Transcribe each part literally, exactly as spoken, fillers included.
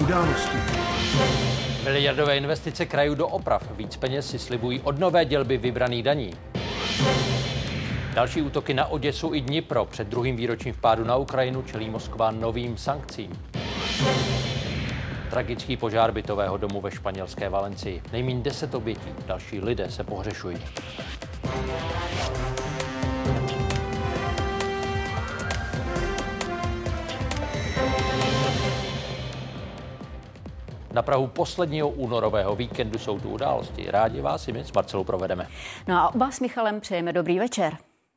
událostí. Miliardové investice krajů do oprav. Víc peněz si slibují od nové dělby vybraných daní. Další útoky na Oděsu i Dnipro. Před druhým výročím vpádu na Ukrajinu čelí Moskva novým sankcím. Tragický požár bytového domu ve španělské Valencii. Nejméně deset obětí. Další lidé se pohřešují. Na prahu posledního únorového víkendu jsou tu události. Rádi vás i my s Marcelou provedeme. No a oba s Michalem přejeme dobrý večer.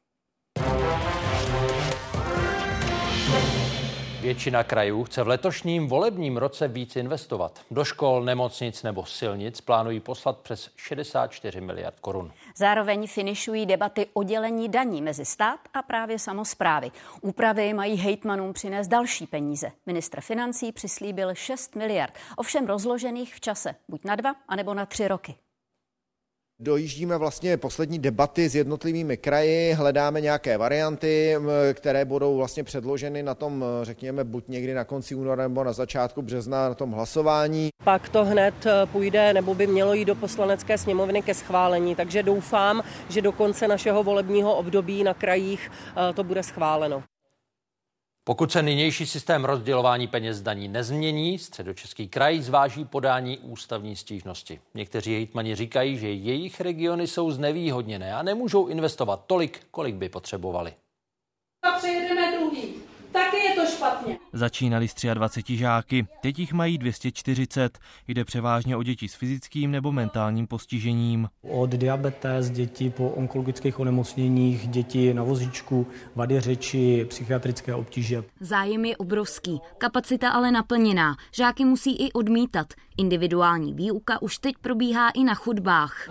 Většina krajů chce v letošním volebním roce víc investovat. Do škol, nemocnic nebo silnic plánují poslat přes šedesát čtyři miliard korun. Zároveň finišují debaty o dělení daní mezi stát a právě samosprávy. Úpravy mají hejtmanům přinést další peníze. Ministr financí přislíbil šest miliard, ovšem rozložených v čase, buď na dva, anebo na tři roky. Dojíždíme vlastně poslední debaty s jednotlivými kraji, hledáme nějaké varianty, které budou vlastně předloženy na tom, řekněme, buď někdy na konci února nebo na začátku března na tom hlasování. Pak to hned půjde nebo by mělo jít do poslanecké sněmovny ke schválení, takže doufám, že do konce našeho volebního období na krajích to bude schváleno. Pokud se nynější systém rozdělování peněz z daní nezmění, Středočeský kraj zváží podání ústavní stížnosti. Někteří hejtmani říkají, že jejich regiony jsou znevýhodněné a nemůžou investovat tolik, kolik by potřebovali. A přejedeme druhý. Taky je to špatně. Začínali s dvaceti třemi žáky, teď jich mají dvě stě čtyřicet. Jde převážně o děti s fyzickým nebo mentálním postižením. Od diabetes, děti po onkologických onemocněních, děti na vozíčku, vady řeči, psychiatrické obtíže. Zájem je obrovský, kapacita ale naplněná. Žáky musí i odmítat. Individuální výuka už teď probíhá i na chodbách.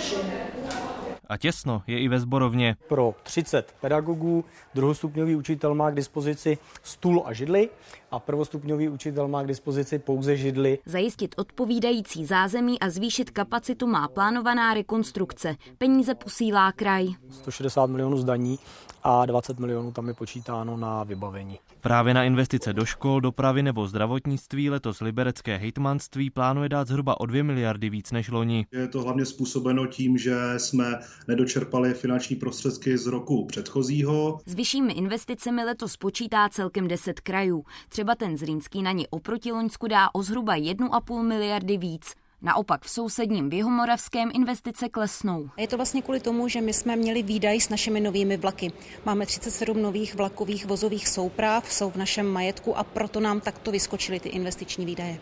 A těsno je i ve Zborovně. Pro třicet pedagogů druhostupňový učitel má k dispozici stůl a židli a prvostupňový učitel má k dispozici pouze židli. Zajistit odpovídající zázemí a zvýšit kapacitu má plánovaná rekonstrukce. Peníze posílá kraj. sto šedesát milionů z daní a dvacet milionů tam je počítáno na vybavení. Právě na investice do škol, dopravy nebo zdravotnictví letos liberecké hejtmanství plánuje dát zhruba o dvě miliardy víc než loni. Je to hlavně způsobeno tím, že jsme nedočerpali finanční prostředky z roku předchozího. S vyššími investicemi letos počítá celkem deset krajů. Třeba ten Zlínský na ně oproti loňsku dá o zhruba jednu a půl miliardy víc. Naopak v sousedním Jihomoravském investice klesnou. Je to vlastně kvůli tomu, že my jsme měli výdaj s našimi novými vlaky. Máme třicet sedm nových vlakových vozových souprav, jsou v našem majetku a proto nám takto vyskočily ty investiční výdaje.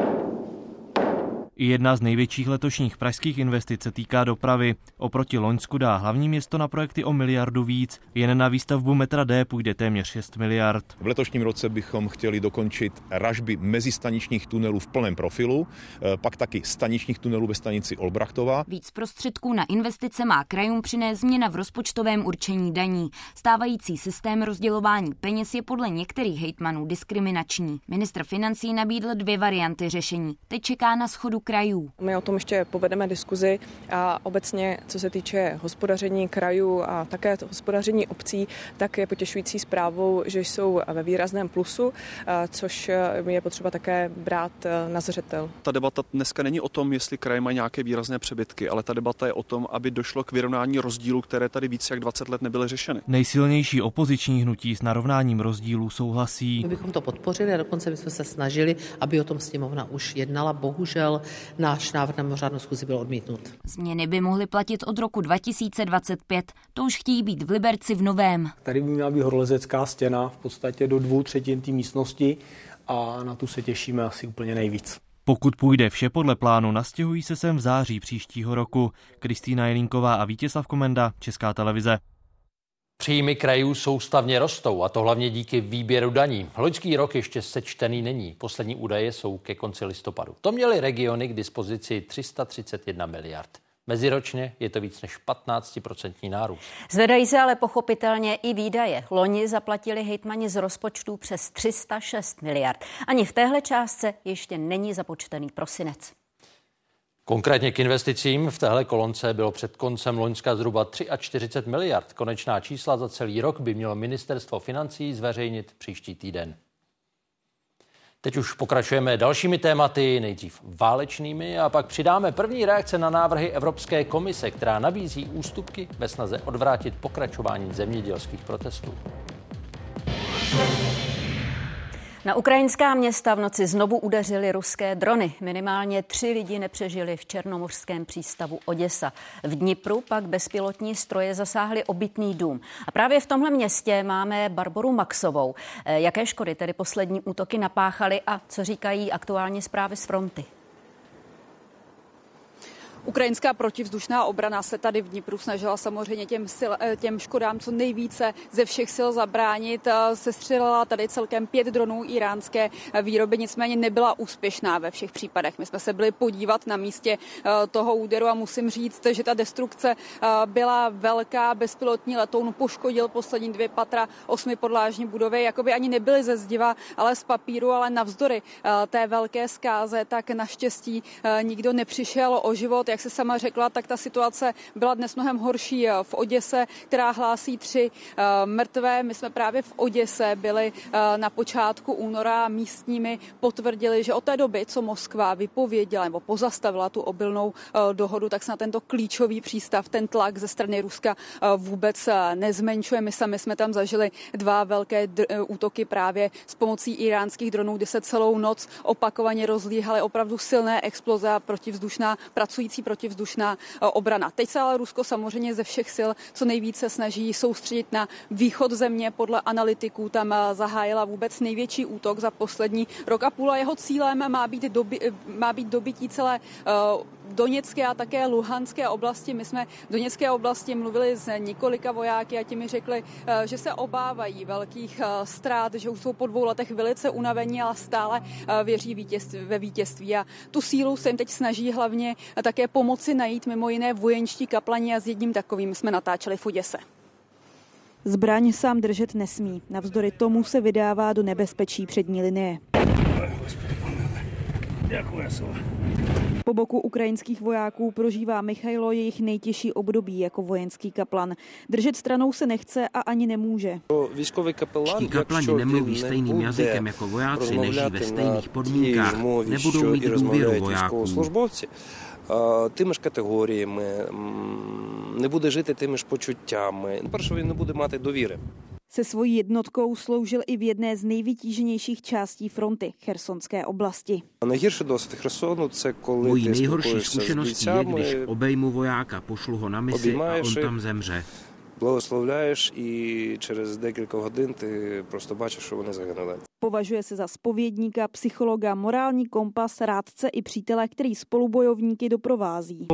I jedna z největších letošních pražských investic se týká dopravy. Oproti loňsku dá hlavní město na projekty o miliardu víc. Jen na výstavbu metra D půjde téměř šest miliard. V letošním roce bychom chtěli dokončit ražby mezistaničních tunelů v plném profilu, pak taky staničních tunelů ve stanici Olbrachtova. Víc prostředků na investice má krajům přinést změna v rozpočtovém určení daní. Stávající systém rozdělování peněz je podle některých hejtmanů diskriminační. Ministr financí nabídl dvě varianty řešení. Teď čeká na shodu krajů. My o tom ještě povedeme diskuzi a obecně, co se týče hospodaření krajů a také hospodaření obcí, tak je potěšující zprávou, že jsou ve výrazném plusu, což je potřeba také brát na zřetel. Ta debata dneska není o tom, jestli kraje mají nějaké výrazné přebytky, ale ta debata je o tom, aby došlo k vyrovnání rozdílů, které tady více jak dvacet let nebyly řešeny. Nejsilnější opoziční hnutí s narovnáním rozdílů souhlasí. My bychom to podpořili a dokonce bychom se snažili, aby o tom sněmovna už jednala. Bohužel náš návrh na mimořádnou schůzi byl odmítnut. Změny by mohly platit od roku dva tisíce dvacet pět. To už chtějí být v Liberci v Novém. Tady by měla být horolezecká stěna v podstatě do dvou třetin té místnosti a na tu se těšíme asi úplně nejvíc. Pokud půjde vše podle plánu, nastěhují se sem v září příštího roku. Kristýna Jelínková a Vítězslav Komenda, Česká televize. Příjmy krajů soustavně rostou, a to hlavně díky výběru daní. Loňský rok ještě sečtený není. Poslední údaje jsou ke konci listopadu. To měly regiony k dispozici tři sta třicet jedna miliard. Meziročně je to víc než patnáctiprocentní nárůst. Zvedají se ale pochopitelně i výdaje. Loni zaplatili hejtmani z rozpočtu přes tři sta šest miliard. Ani v téhle částce ještě není započtený prosinec. Konkrétně k investicím v téhle kolonce bylo před koncem loňska zhruba čtyřicet tři miliard. Konečná čísla za celý rok by mělo ministerstvo financí zveřejnit příští týden. Teď už pokračujeme dalšími tématy, nejdřív válečnými, a pak přidáme první reakce na návrhy Evropské komise, která nabízí ústupky ve snaze odvrátit pokračování zemědělských protestů. Na ukrajinská města v noci znovu udeřily ruské drony. Minimálně tři lidi nepřežili v černomořském přístavu Oděsa. V Dnipru pak bezpilotní stroje zasáhly obytný dům. A právě v tomhle městě máme Barboru Maxovou. Jaké škody tedy poslední útoky napáchaly a co říkají aktuální zprávy z fronty? Ukrajinská protivzdušná obrana se tady v Dnipru snažila samozřejmě těm, sil, těm škodám co nejvíce ze všech sil zabránit. Sestřelila tady celkem pět dronů iránské výroby, nicméně nebyla úspěšná ve všech případech. My jsme se byli podívat na místě toho úderu a musím říct, že ta destrukce byla velká. Bezpilotní letoun poškodil poslední dvě patra osmipodlážní budovy, jakoby ani nebyly ze zdiva, ale z papíru, ale navzdory té velké zkáze, tak naštěstí nikdo nepřišel o život. Jak se sama řekla, tak ta situace byla dnes mnohem horší v Oděse, která hlásí tři mrtvé. My jsme právě v Oděse byli na počátku února, místními potvrdili, že od té doby, co Moskva vypověděla nebo pozastavila tu obilnou dohodu, tak se na tento klíčový přístav ten tlak ze strany Ruska vůbec nezmenšuje. My sami jsme tam zažili dva velké útoky právě s pomocí iránských dronů, kdy se celou noc opakovaně rozlíhaly opravdu silné exploze a protivzdušná pracující protivzdušná obrana. Teď se ale Rusko samozřejmě ze všech sil co nejvíce snaží soustředit na východ země. Podle analytiků tam zahájila vůbec největší útok za poslední rok a půl a jeho cílem má být, doby, má být dobytí celé uh, Doněcké a také Luhanské oblasti. My jsme v Doněcké oblasti mluvili s několika vojáky a ti mi řekli, uh, že se obávají velkých uh, ztrát, že už jsou po dvou letech velice unavení, ale stále uh, věří vítězství, ve vítězství a tu sílu se jim teď snaží hlavně uh, také pomoci najít mimo jiné vojenští kaplani a s jedním takovým jsme natáčeli v Oděse. Zbraň sám držet nesmí. Navzdory tomu se vydává do nebezpečí přední linie. Po boku ukrajinských vojáků prožívá Michailo jejich nejtěžší období jako vojenský kaplan. Držet stranou se nechce a ani nemůže. Čtí kaplani nemluví stejným jazykem jako vojáci, nežijí ve stejných podmínkách, nebudou mít důvěru vojáků. Тими ж категоріями, не буде жити тими ж почуттями. Перше, він не bude mít довіри. Se svojí jednotkou sloužil i v jedné z nejvytíženějších částí fronty, Chersonské oblasti. Mojí nejhorší zkušeností je, když obejmu vojáka, pošlu ho na misi a on tam zemře. Благословляєш і через декілька годин ти просто бачиш, що вони загинули. Považuje se za zpovědníka, psychologa, morální kompas, rádce i přítele, který spolubojovníky doprovází.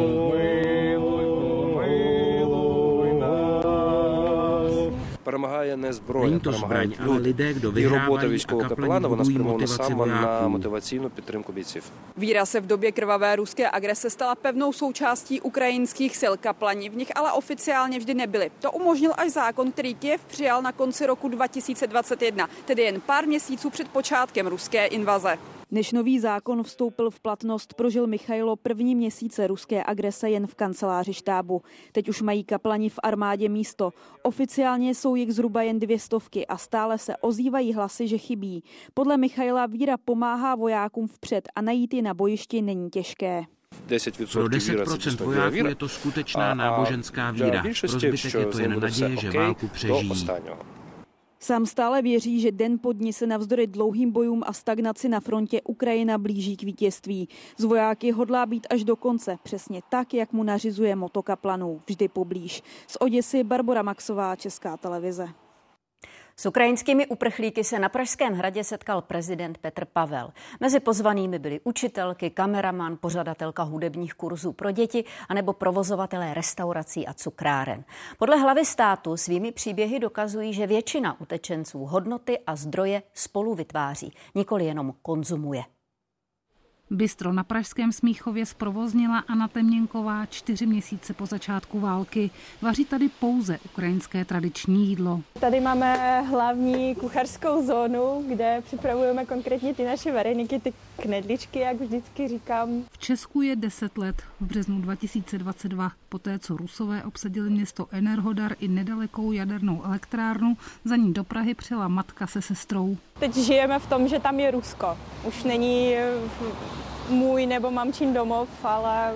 Перемагає не зброя, перемагають люди. І робота військового капелана, вона спрямована саме на мотиваційну підтримку бійців. Víra se v době krvavé ruské agrese stala pevnou součástí ukrajinských sil. Kaplani v nich ale oficiálně vždy nebyli. To umožnil až zákon, který Kyjev přijal na konci roku dva tisíce dvacet jedna, tedy jen pár měsíců před počátkem ruské invaze. Než nový zákon vstoupil v platnost, prožil Michailo první měsíce ruské agrese jen v kanceláři štábu. Teď už mají kaplani v armádě místo. Oficiálně jsou jich zhruba jen dvě stovky a stále se ozývají hlasy, že chybí. Podle Michaila víra pomáhá vojákům vpřed a najít je na bojišti není těžké. Pro deset procent vojáků je to skutečná náboženská víra. Pro zbytek je to jen naděje, že válku přežijí. Sám stále věří, že den po dni se navzdory dlouhým bojům a stagnaci na frontě Ukrajina blíží k vítězství. Z vojáky hodlá být až do konce, přesně tak, jak mu nařizuje moto kaplanů. Vždy poblíž. Z Oděsy Barbora Maxová, Česká televize. S ukrajinskými uprchlíky se na Pražském hradě setkal prezident Petr Pavel. Mezi pozvanými byly učitelky, kameraman, pořadatelka hudebních kurzů pro děti anebo provozovatelé restaurací a cukráren. Podle hlavy státu svými příběhy dokazují, že většina utečenců hodnoty a zdroje spolu vytváří, nikoli jenom konzumuje. Bistro na pražském Smíchově zprovoznila Anna Temněnková čtyři měsíce po začátku války. Vaří tady pouze ukrajinské tradiční jídlo. Tady máme hlavní kuchařskou zónu, kde připravujeme konkrétně ty naše vareniky, ty knedličky, jak vždycky říkám. V Česku je deset let. V březnu dva tisíce dvacet dva, poté co Rusové obsadili město Enerhodar i nedalekou jadernou elektrárnu, za ní do Prahy přijela matka se sestrou. teď žijeme v tom, že tam je Rusko. Už není můj nebo mamčin domov, ale...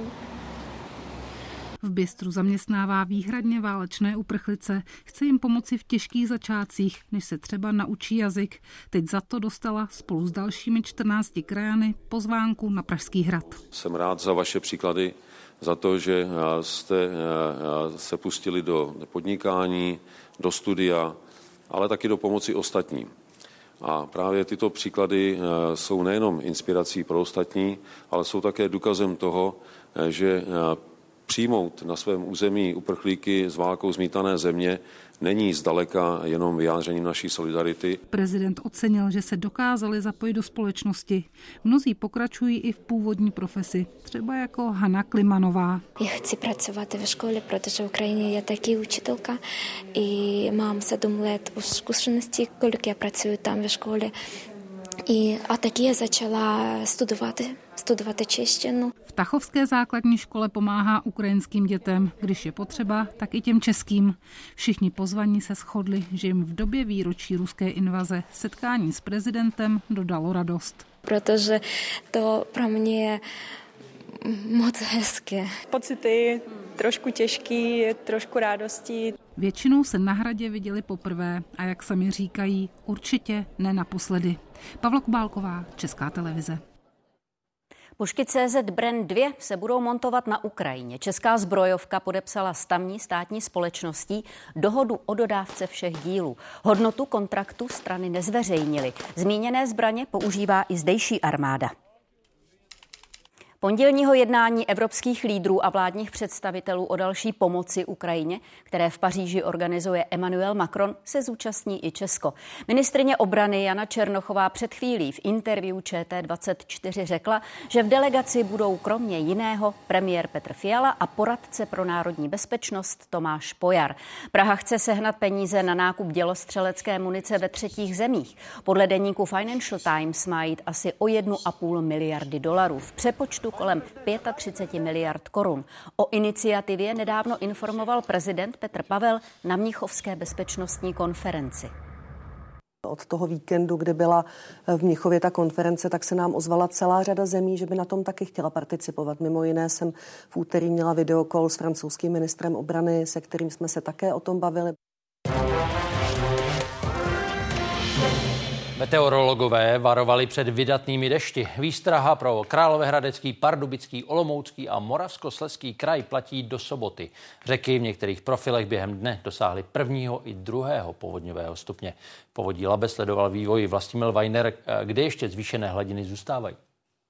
V Bystru zaměstnává výhradně válečné uprchlice. Chce jim pomoci v těžkých začátcích, než se třeba naučí jazyk. Teď za to dostala spolu s dalšími čtrnácti krajany pozvánku na Pražský hrad. Jsem rád za vaše příklady, za to, že jste se pustili do podnikání, do studia, ale taky do pomoci ostatním. A právě tyto příklady jsou nejenom inspirací pro ostatní, ale jsou také důkazem toho, že přijmout na svém území uprchlíky z válkou zmítané země není zdaleka jenom vyjádřením naší solidarity. Prezident ocenil, že se dokázali zapojit do společnosti. Mnozí pokračují i v původní profesi, třeba jako Hana Klimanová. Já chci pracovat ve škole, protože v Ukrajině je taky učitelka i mám sedm let už zkušeností, kolik já pracuji tam ve škole. I, a taky já začala studovat, studovat češtinu. V Tachovské základní škole pomáhá ukrajinským dětem, když je potřeba, tak i těm českým. Všichni pozvaní se shodli, že jim v době výročí ruské invaze setkání s prezidentem dodalo radost. Protože to pro mě je moc hezké. Pocity trošku těžký, trošku radostí. Většinou se na hradě viděli poprvé a jak sami říkají, určitě ne naposledy. Pavla Kubálková, Česká televize. Pušky C Z Bren dva se budou montovat na Ukrajině. Česká zbrojovka podepsala s tamní státní společností dohodu o dodávce všech dílů. Hodnotu kontraktu strany nezveřejnily. Zmíněné zbraně používá i zdejší armáda. Pondělního jednání evropských lídrů a vládních představitelů o další pomoci Ukrajině, které v Paříži organizuje Emmanuel Macron, se zúčastní i Česko. Ministryně obrany Jana Černochová před chvílí v interview Č T dvacet čtyři řekla, že v delegaci budou kromě jiného premiér Petr Fiala a poradce pro národní bezpečnost Tomáš Pojar. Praha chce sehnat peníze na nákup dělostřelecké munice ve třetích zemích. Podle deníku Financial Times má jít asi o jednu a půl miliardy dolarů. V přepočtu kolem třicet pět miliard korun. O iniciativě nedávno informoval prezident Petr Pavel na Mnichovské bezpečnostní konferenci. Od toho víkendu, kdy byla v Mnichově ta konference, tak se nám ozvala celá řada zemí, že by na tom taky chtěla participovat. Mimo jiné jsem v úterý měla videokol s francouzským ministrem obrany, se kterým jsme se také o tom bavili. Meteorologové varovali před vydatnými dešti. Výstraha pro Královéhradecký, Pardubický, Olomoucký a Moravskoslezský kraj platí do soboty. Řeky v některých profilech během dne dosáhly prvního i druhého povodňového stupně. Povodí Labe sledoval vývoj Vlastimil Weiner, kde ještě zvýšené hladiny zůstávají.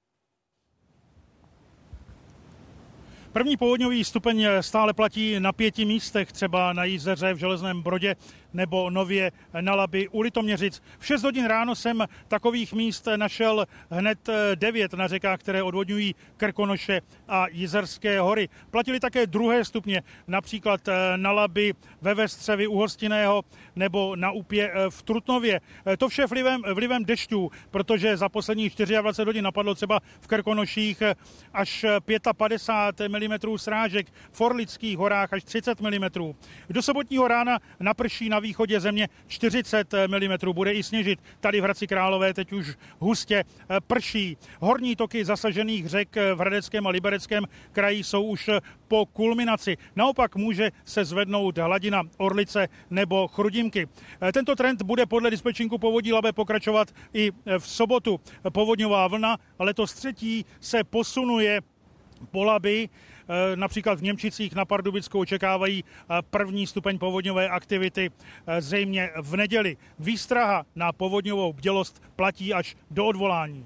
První povodňový stupeň stále platí na pěti místech, třeba na Jízeře, v Železném Brodě nebo nově na Labi u Litoměřic. V šest hodin ráno jsem takových míst našel hned devět na řekách, které odvodňují Krkonoše a Jizerské hory. Platily také druhé stupně, například na Labi, ve Vestřevi u Hostinného nebo na Úpě v Trutnově. To vše vlivem, vlivem dešťů, protože za posledních dvacet čtyři hodin napadlo třeba v Krkonoších až padesát pět milimetrů srážek, v Orlických horách až třicet milimetrů. Do sobotního rána naprší na východě země čtyřicet milimetrů. Bude i sněžit. Tady v Hradci Králové teď už hustě prší. Horní toky zasažených řek v Hradeckém a Libereckém kraji jsou už po kulminaci. Naopak může se zvednout hladina Orlice nebo Chrudimky. Tento trend bude podle dispečinku povodí Labe pokračovat i v sobotu. Povodňová vlna letos třetí se posunuje po Labi. Například v Němčicích na Pardubickou očekávají první stupeň povodňové aktivity zřejmě v neděli. Výstraha na povodňovou bdělost platí až do odvolání.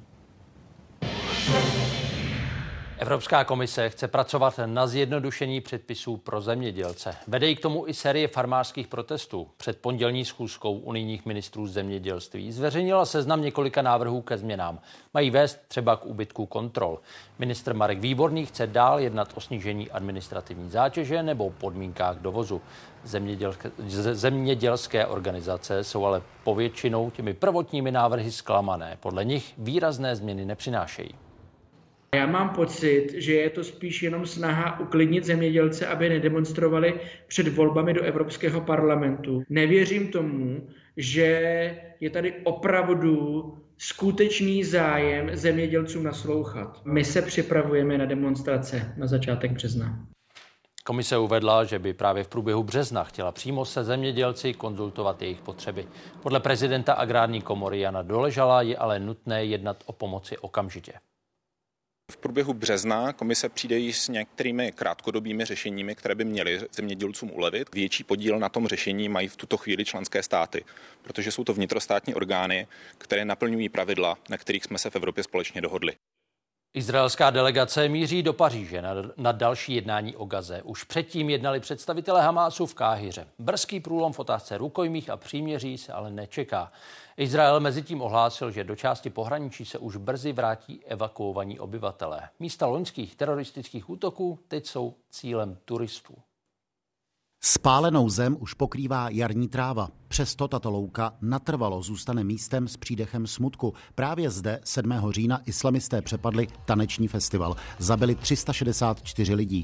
Evropská komise chce pracovat na zjednodušení předpisů pro zemědělce. Vede jí k tomu i série farmářských protestů. Před pondělní schůzkou unijních ministrů zemědělství zveřejnila seznam několika návrhů ke změnám. Mají vést třeba k úbytku kontrol. Ministr Marek Výborný chce dál jednat o snížení administrativní zátěže nebo podmínkách dovozu. Zemědělské, zemědělské organizace jsou ale povětšinou těmi prvotními návrhy zklamané. Podle nich výrazné změny nepřinášejí. Já mám pocit, že je to spíš jenom snaha uklidnit zemědělce, aby nedemonstrovali před volbami do Evropského parlamentu. Nevěřím tomu, že je tady opravdu skutečný zájem zemědělcům naslouchat. My se připravujeme na demonstrace na začátek března. Komise uvedla, že by právě v průběhu března chtěla přímo se zemědělci konzultovat jejich potřeby. Podle prezidenta Agrární komory Jana Doležala je ale nutné jednat o pomoci okamžitě. V průběhu března komise přijde již s některými krátkodobými řešeními, které by měly zemědělcům ulevit. Větší podíl na tom řešení mají v tuto chvíli členské státy, protože jsou to vnitrostátní orgány, které naplňují pravidla, na kterých jsme se v Evropě společně dohodli. Izraelská delegace míří do Paříže na, na další jednání o Gaze. Už předtím jednali představitelé Hamásu v Káhiře. Brzký průlom v otázce rukojmích a příměří se ale nečeká. Izrael mezitím ohlásil, že do části pohraničí se už brzy vrátí evakuovaní obyvatelé. Místa loňských teroristických útoků teď jsou cílem turistů. Spálenou zem už pokrývá jarní tráva. Přesto tato louka natrvalo zůstane místem s přídechem smutku. Právě zde sedmého října islamisté přepadli taneční festival. Zabili tři sta šedesát čtyři lidí.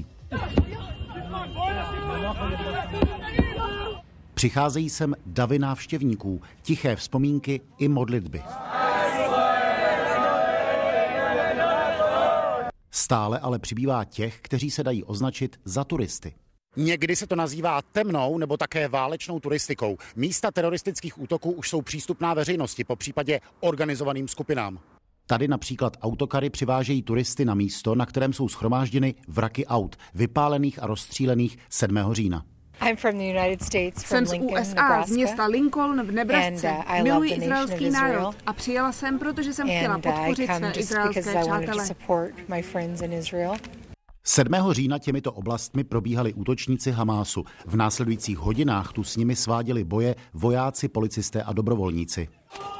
Přicházejí sem davy návštěvníků, tiché vzpomínky i modlitby. Stále ale přibývá těch, kteří se dají označit za turisty. Někdy se to nazývá temnou nebo také válečnou turistikou. Místa teroristických útoků už jsou přístupná veřejnosti, popřípadě organizovaným skupinám. Tady například autokary přivážejí turisty na místo, na kterém jsou shromážděny vraky aut, vypálených a rozstřílených sedmého října. Jsem z U S A, z města Lincoln v Nebrasce. Miluji izraelský národ a přijela jsem, protože jsem chtěla podpořit své izraelské přátele. sedmého října těmito oblastmi probíhali útočníci Hamásu. V následujících hodinách tu s nimi sváděli boje vojáci, policisté a dobrovolníci.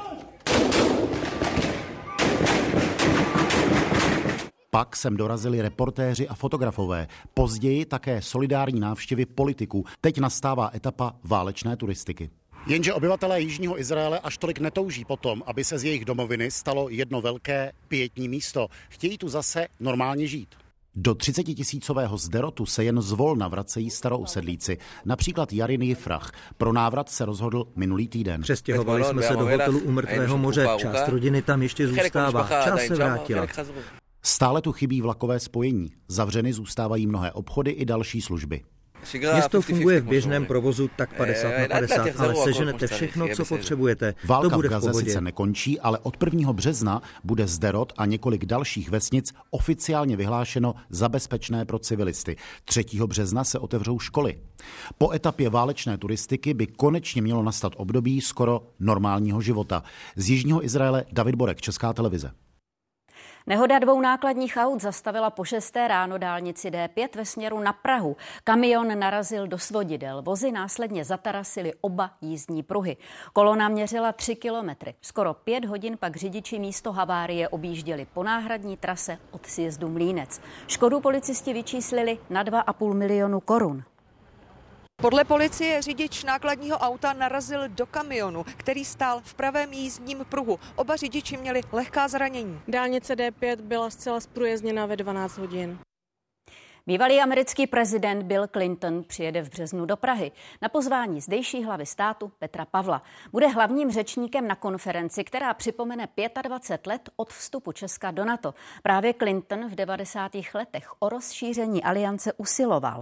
Pak sem dorazili reportéři a fotografové. Později také solidární návštěvy politiků. Teď nastává etapa válečné turistiky. Jenže obyvatelé jižního Izraele až tolik netouží potom, aby se z jejich domoviny stalo jedno velké pietní místo. Chtějí tu zase normálně žít. Do třicetitisícového Sderotu se jen zvolna vracejí starousedlíci, například Jarin Jifrach. Pro návrat se rozhodl minulý týden. Přestěhovali jsme se do hotelu u Mrtvého moře, část rodiny tam ještě zůstává, část se vrátila. Stále tu chybí vlakové spojení, zavřeny zůstávají mnohé obchody i další služby. Město funguje v běžném provozu tak padesát na padesát, ale seženete všechno, co potřebujete. Válka to bude v Gaze sice nekončí, ale od prvního března bude Sderot a několik dalších vesnic oficiálně vyhlášeno za bezpečné pro civilisty. třetího března se otevřou školy. Po etapě válečné turistiky by konečně mělo nastat období skoro normálního života. Z jižního Izraele David Borek, Česká televize. Nehoda dvou nákladních aut zastavila po šesté ráno dálnici D pět ve směru na Prahu. Kamion narazil do svodidel. Vozy následně zatarasily oba jízdní pruhy. Kolona měřila tři kilometry. Skoro pět hodin pak řidiči místo havárie objížděli po náhradní trase od sjezdu Mlýnec. Škodu policisti vyčíslili na dva a půl milionu korun. Podle policie řidič nákladního auta narazil do kamionu, který stál v pravém jízdním pruhu. Oba řidiči měli lehká zranění. Dálnice D pět byla zcela zprůjezdněna ve dvanáct hodin. Bývalý americký prezident Bill Clinton přijede v březnu do Prahy. Na pozvání zdejší hlavy státu Petra Pavla. Bude hlavním řečníkem na konferenci, která připomene dvacet pět let od vstupu Česka do NATO. Právě Clinton v devadesátých letech o rozšíření aliance usiloval.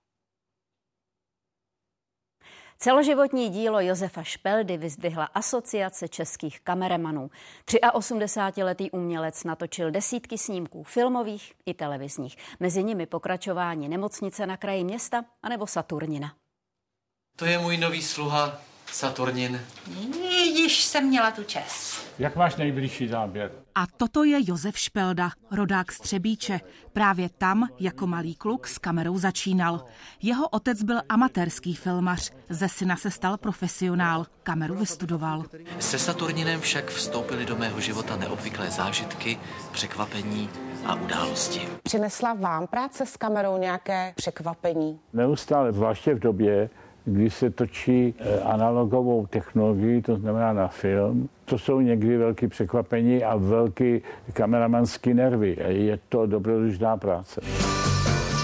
Celoživotní dílo Josefa Špeldy vyzdvihla Asociace českých kameramanů. osmdesátiletý umělec natočil desítky snímků filmových i televizních. Mezi nimi pokračování Nemocnice na kraji města anebo Saturnina. To je můj nový sluha Saturnin. Již jsem měla tu čest. Jak máš nejbližší záběr? A toto je Josef Špelda, rodák z Třebíče. Právě tam jako malý kluk s kamerou začínal. Jeho otec byl amatérský filmař, ze syna se stal profesionál, kameru vystudoval. Se Saturninem však vstoupily do mého života neobvyklé zážitky, překvapení a události. Přinesla vám práce s kamerou nějaké překvapení? Neustále, zvláště v době, když se točí analogovou technologií, to znamená na film. To jsou někdy velké překvapení a velké kameramanské nervy. Je to dobrodružná práce.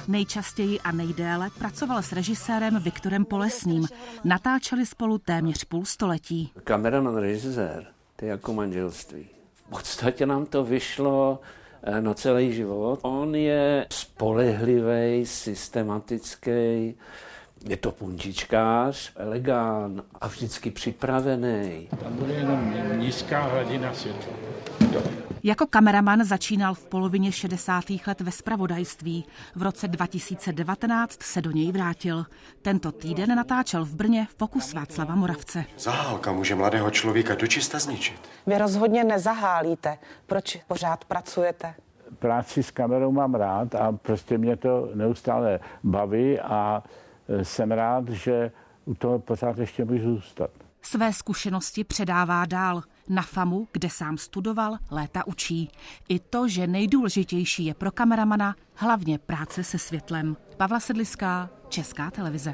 Nejčastěji a nejdéle pracoval s režisérem Viktorem Polesným. Natáčeli spolu téměř půl století. Kameraman, režisér, to je jako manželství. V podstatě nám to vyšlo na celý život. On je spolehlivý, systematický, je to puntičkář, elegant a vždycky připravený. Tam bude jenom nízká hladina světla. Jako kameraman začínal v polovině šedesátých let ve zpravodajství. V roce dva tisíce devatenáct se do něj vrátil. Tento týden natáčel v Brně Fokus Václava Moravce. Zahálka může mladého člověka dočista zničit. Vy rozhodně nezahálíte. Proč pořád pracujete? Práci s kamerou mám rád a prostě mě to neustále baví a jsem rád, že u toho pořád ještě můžu zůstat. Své zkušenosti předává dál. Na FAMu, kde sám studoval, léta učí. I to, že nejdůležitější je pro kameramana hlavně práce se světlem. Pavla Sedliská, Česká televize.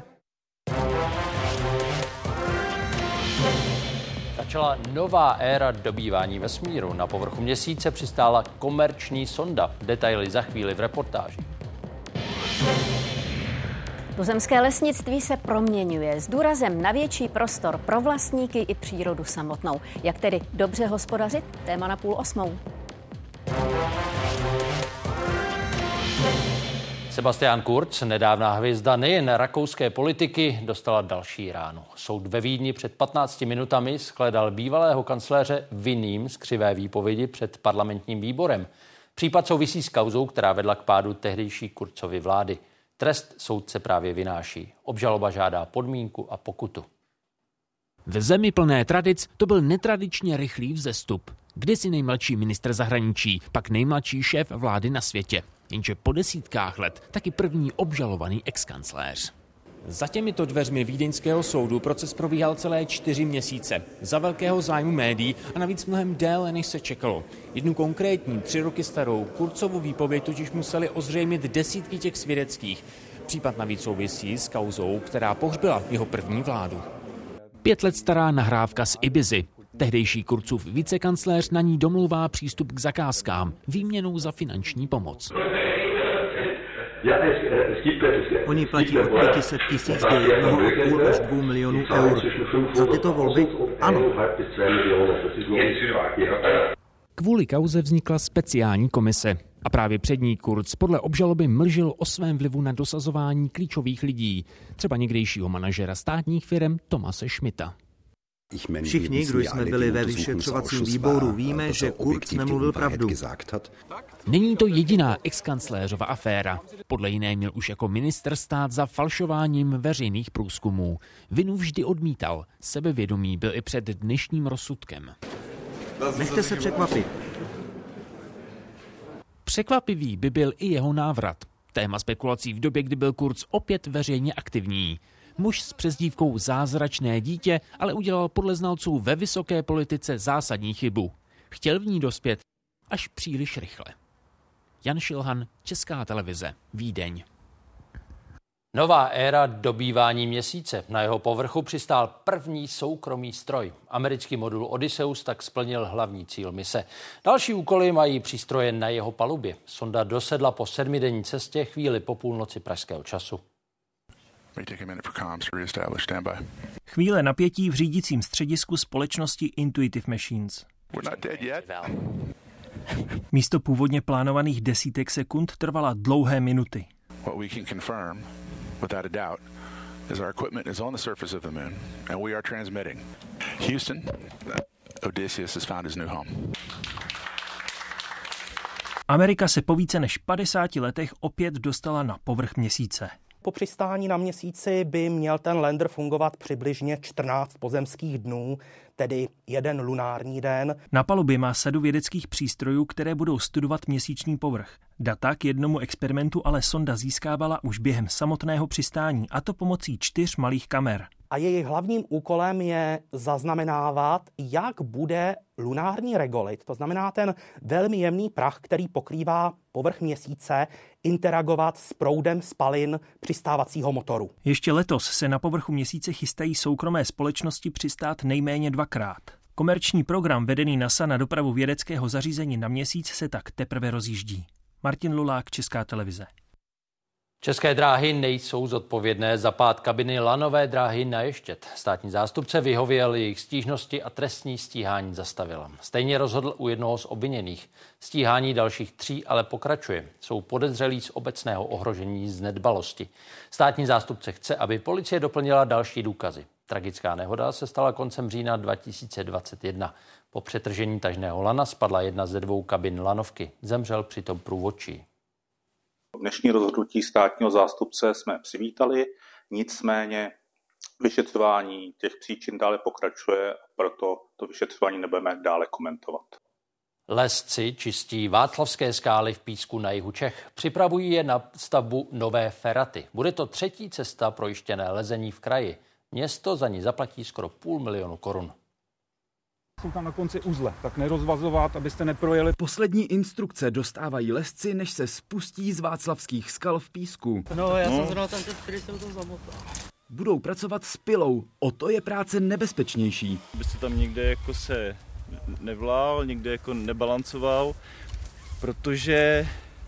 Začala nová éra dobývání vesmíru. Na povrchu Měsíce přistála komerční sonda. Detaily za chvíli v reportáži. Tuzemské lesnictví se proměňuje s důrazem na větší prostor pro vlastníky i přírodu samotnou. Jak tedy dobře hospodařit? Téma na půl osmou. Sebastian Kurz, nedávná hvězda nejen rakouské politiky, dostala další ránu. Soud ve Vídni před patnácti minutami shledal bývalého kancléře vinným z křivé výpovědi před parlamentním výborem. Případ souvisí s kauzou, která vedla k pádu tehdejší Kurzovy vlády. Trest soudce právě vynáší. Obžaloba žádá podmínku a pokutu. V zemi plné tradic to byl netradičně rychlý vzestup. Kdysi nejmladší ministr zahraničí, pak nejmladší šéf vlády na světě. Jenže po desítkách let taky první obžalovaný exkancléř. Za těmito dveřmi vídeňského soudu proces probíhal celé čtyři měsíce. Za velkého zájmu médií a navíc mnohem déle, než se čekalo. Jednu konkrétní, tři roky starou Kurzovu výpověď totiž museli ozřejmit desítky těch svědeckých. Případ navíc souvisí s kauzou, která pohřbila jeho první vládu. Pět let stará nahrávka z Ibizy. Tehdejší Kurzův vicekancléř na ní domlouvá přístup k zakázkám výměnou za finanční pomoc. Oni platí od pěti set tisíc do jednoho a půl až dvou milionů eur. Za tyto volby ano. Kvůli kauze vznikla speciální komise. A právě před ní Kurz podle obžaloby mlžil o svém vlivu na dosazování klíčových lidí. Třeba někdejšího manažera státních firem Tomase Schmidta. Všichni, kdo jsme byli ve vyšetřovacím výboru, víme, že Kurz nemluvil pravdu. Není to jediná exkancléřova aféra. Podle jiné měl už jako ministr stát za falšováním veřejných průzkumů. Vinu vždy odmítal. Sebevědomý byl i před dnešním rozsudkem. Nechte se překvapit. Překvapivý by byl i jeho návrat. Téma spekulací v době, kdy byl Kurz opět veřejně aktivní. Muž s přezdívkou Zázračné dítě ale udělal podle znalců ve vysoké politice zásadní chybu. Chtěl v ní dospět až příliš rychle. Jan Šilhan, Česká televize, Vídeň. Nová éra dobývání Měsíce. Na jeho povrchu přistál první soukromý stroj. Americký modul Odysseus tak splnil hlavní cíl mise. Další úkoly mají přístroje na jeho palubě. Sonda dosedla po sedmidenní cestě chvíli po půlnoci pražského času. Chvíle napětí v řídícím středisku společnosti Intuitive Machines. Místo původně plánovaných desítek sekund trvala dlouhé minuty. Amerika se po více než padesáti letech opět dostala na povrch Měsíce. Po přistání na Měsíci by měl ten lander fungovat přibližně čtrnáct pozemských dnů, tedy jeden lunární den. Na palubě má sadu vědeckých přístrojů, které budou studovat měsíční povrch. Data k jednomu experimentu ale sonda získávala už během samotného přistání, a to pomocí čtyř malých kamer. A jejich hlavním úkolem je zaznamenávat, jak bude lunární regolit, to znamená ten velmi jemný prach, který pokrývá povrch Měsíce, interagovat s proudem spalin přistávacího motoru. Ještě letos se na povrchu Měsíce chystají soukromé společnosti přistát nejméně dvakrát. Komerční program vedený NASA na dopravu vědeckého zařízení na Měsíc se tak teprve rozjíždí. Martin Lulák, Česká televize. České dráhy nejsou zodpovědné za pád kabiny lanové dráhy na Ještěd. Státní zástupce vyhověl jejich stížnosti a trestní stíhání zastavil. Stejně rozhodl u jednoho z obviněných. Stíhání dalších tří ale pokračuje. Jsou podezřelí z obecného ohrožení z nedbalosti. Státní zástupce chce, aby policie doplnila další důkazy. Tragická nehoda se stala koncem října dva tisíce dvacet jedna. Po přetržení tažného lana spadla jedna ze dvou kabin lanovky. Zemřel přitom průvodčí. Dnešní rozhodnutí státního zástupce jsme přivítali, nicméně vyšetřování těch příčin dále pokračuje, proto to vyšetřování nebudeme dále komentovat. Lesci čistí Václavské skály v Písku na jihu Čech. Připravují je na stavbu nové feraty. Bude to třetí cesta pro jištěné lezení v kraji. Město za ní zaplatí skoro půl milionu korun. Jsou tam na konci uzle, tak nerozvazovat, abyste neprojeli. Poslední instrukce dostávají lesci, než se spustí z Václavských skal v Písku. No, já no. jsem zrovna tam teď, který jsem to zamotal. Budou pracovat s pilou, o to je práce nebezpečnější. Byste tam někde jako se nevlál, někde jako nebalancoval, protože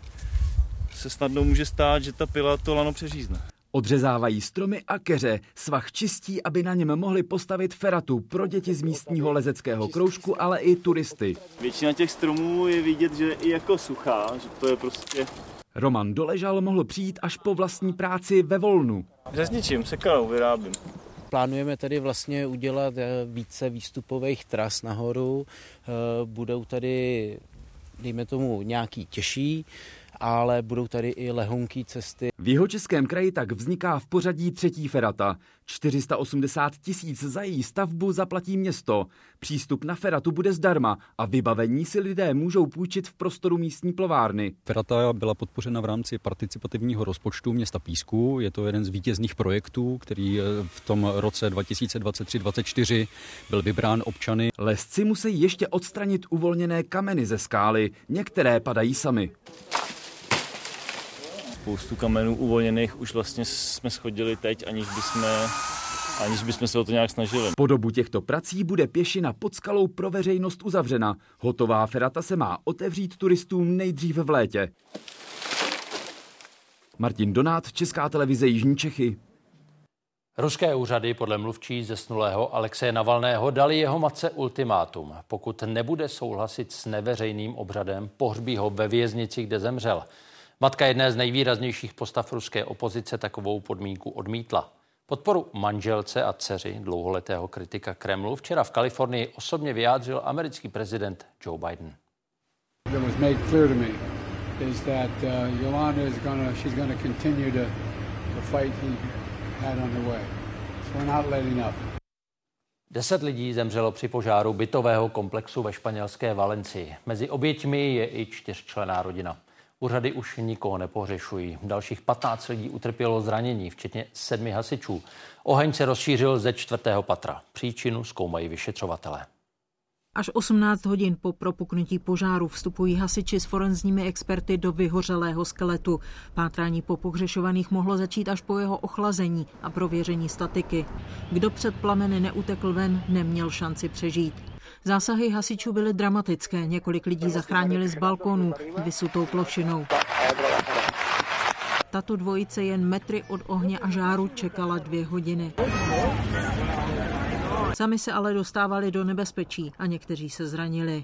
se snadno může stát, že ta pila to lano přeřízne. Odřezávají stromy a keře, svah čistí, aby na něm mohli postavit feratu pro děti z místního lezeckého kroužku, ale i turisty. Většina těch stromů je vidět, že je i jako suchá, že to je prostě... Roman Doležal mohl přijít až po vlastní práci ve volnu. Řezničím, sekalou vyrábím. Plánujeme tady vlastně udělat více výstupových tras nahoru. Budou tady, dejme tomu, nějaký těžší, ale budou tady i lehonké cesty. V Jihočeském kraji tak vzniká v pořadí třetí ferata. čtyři sta osmdesát tisíc za její stavbu zaplatí město. Přístup na feratu bude zdarma a vybavení si lidé můžou půjčit v prostoru místní plovárny. Ferata byla podpořena v rámci participativního rozpočtu města Písku. Je to jeden z vítězných projektů, který v tom roce dva tisíce dvacet tři dvacet čtyři byl vybrán občany. Lesci musí ještě odstranit uvolněné kameny ze skály. Některé padají sami. Spoustu kamenů uvolněných už vlastně jsme schodili teď, aniž bychom, aniž bychom se o to nějak snažili. Po dobu těchto prací bude pěšina pod skalou pro veřejnost uzavřena. Hotová ferata se má otevřít turistům nejdříve v létě. Martin Donát, Česká televize Jižní Čechy. Ruské úřady podle mluvčí zesnulého Alexeje Navalného dali jeho matce ultimátum. Pokud nebude souhlasit s neveřejným obřadem, pohřbí ho ve věznici, kde zemřel. Matka jedné z nejvýraznějších postav ruské opozice takovou podmínku odmítla. Podporu manželce a dceři dlouholetého kritika Kremlu včera v Kalifornii osobně vyjádřil americký prezident Joe Biden. Deset lidí zemřelo při požáru bytového komplexu ve španělské Valencii. Mezi oběťmi je i čtyřčlenná rodina. Úřady už nikoho nepohřešují. Dalších patnáct lidí utrpělo zranění, včetně sedmi hasičů. Oheň se rozšířil ze čtvrtého patra. Příčinu zkoumají vyšetřovatelé. Až osmnáct hodin po propuknutí požáru vstupují hasiči s forenzními experty do vyhořelého skeletu. Pátrání po pohřešovaných mohlo začít až po jeho ochlazení a prověření statiky. Kdo před plameny neutekl ven, neměl šanci přežít. Zásahy hasičů byly dramatické, několik lidí zachránili z balkonů vysutou plošinou. Tato dvojice jen metry od ohně a žáru čekala dvě hodiny. Sami se ale dostávali do nebezpečí a někteří se zranili.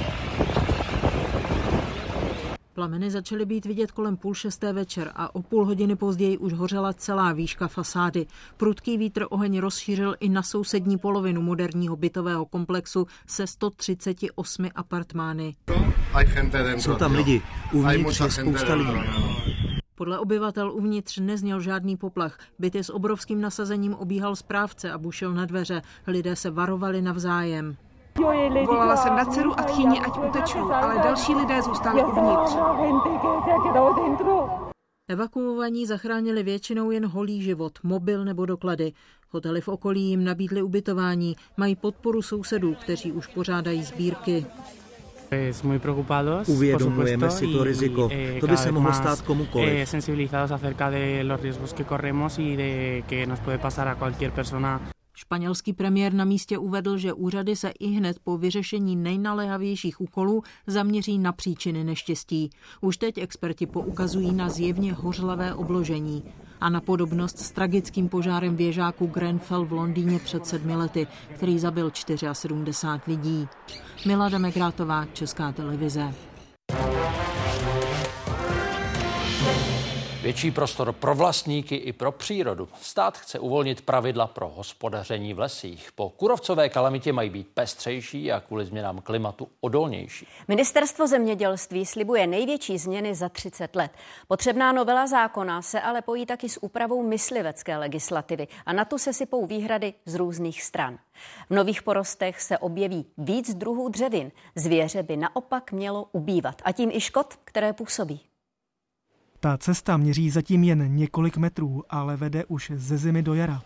Plameny začaly být vidět kolem půl šesté večer a o půl hodiny později už hořela celá výška fasády. Prudký vítr oheň rozšířil i na sousední polovinu moderního bytového komplexu se sto třiceti osmi apartmány. Jsou tam lidi, uvnitř je spousta lidí. Podle obyvatel uvnitř nezněl žádný poplach. Byty s obrovským nasazením obíhal správce a bušil na dveře. Lidé se varovali navzájem. Volala jsem na dceru a tchýni, ať utečou, ale další lidé zůstali uvnitř. Evakuovaní zachránili většinou jen holý život, mobil nebo doklady. Hotely v okolí jim nabídly ubytování, mají podporu sousedů, kteří už pořádají sbírky. Uvědomujeme si to riziko. To by se mohlo stát komukoliv. Španělský premiér na místě uvedl, že úřady se ihned po vyřešení nejnaléhavějších úkolů zaměří na příčiny neštěstí. Už teď experti poukazují na zjevně hořlavé obložení a na podobnost s tragickým požárem věžáku Grenfell v Londýně před sedmi lety, který zabil sedmdesát čtyři lidí. Milada Megrátová, Česká televize. Větší prostor pro vlastníky i pro přírodu. Stát chce uvolnit pravidla pro hospodaření v lesích. Po kůrovcové kalamitě mají být pestřejší a kvůli změnám klimatu odolnější. Ministerstvo zemědělství slibuje největší změny za třicet let. Potřebná novela zákona se ale pojí taky s úpravou myslivecké legislativy a na tu se sypou výhrady z různých stran. V nových porostech se objeví víc druhů dřevin. Zvěře by naopak mělo ubývat a tím i škod, které působí. Ta cesta měří zatím jen několik metrů, ale vede už ze zimy do jara.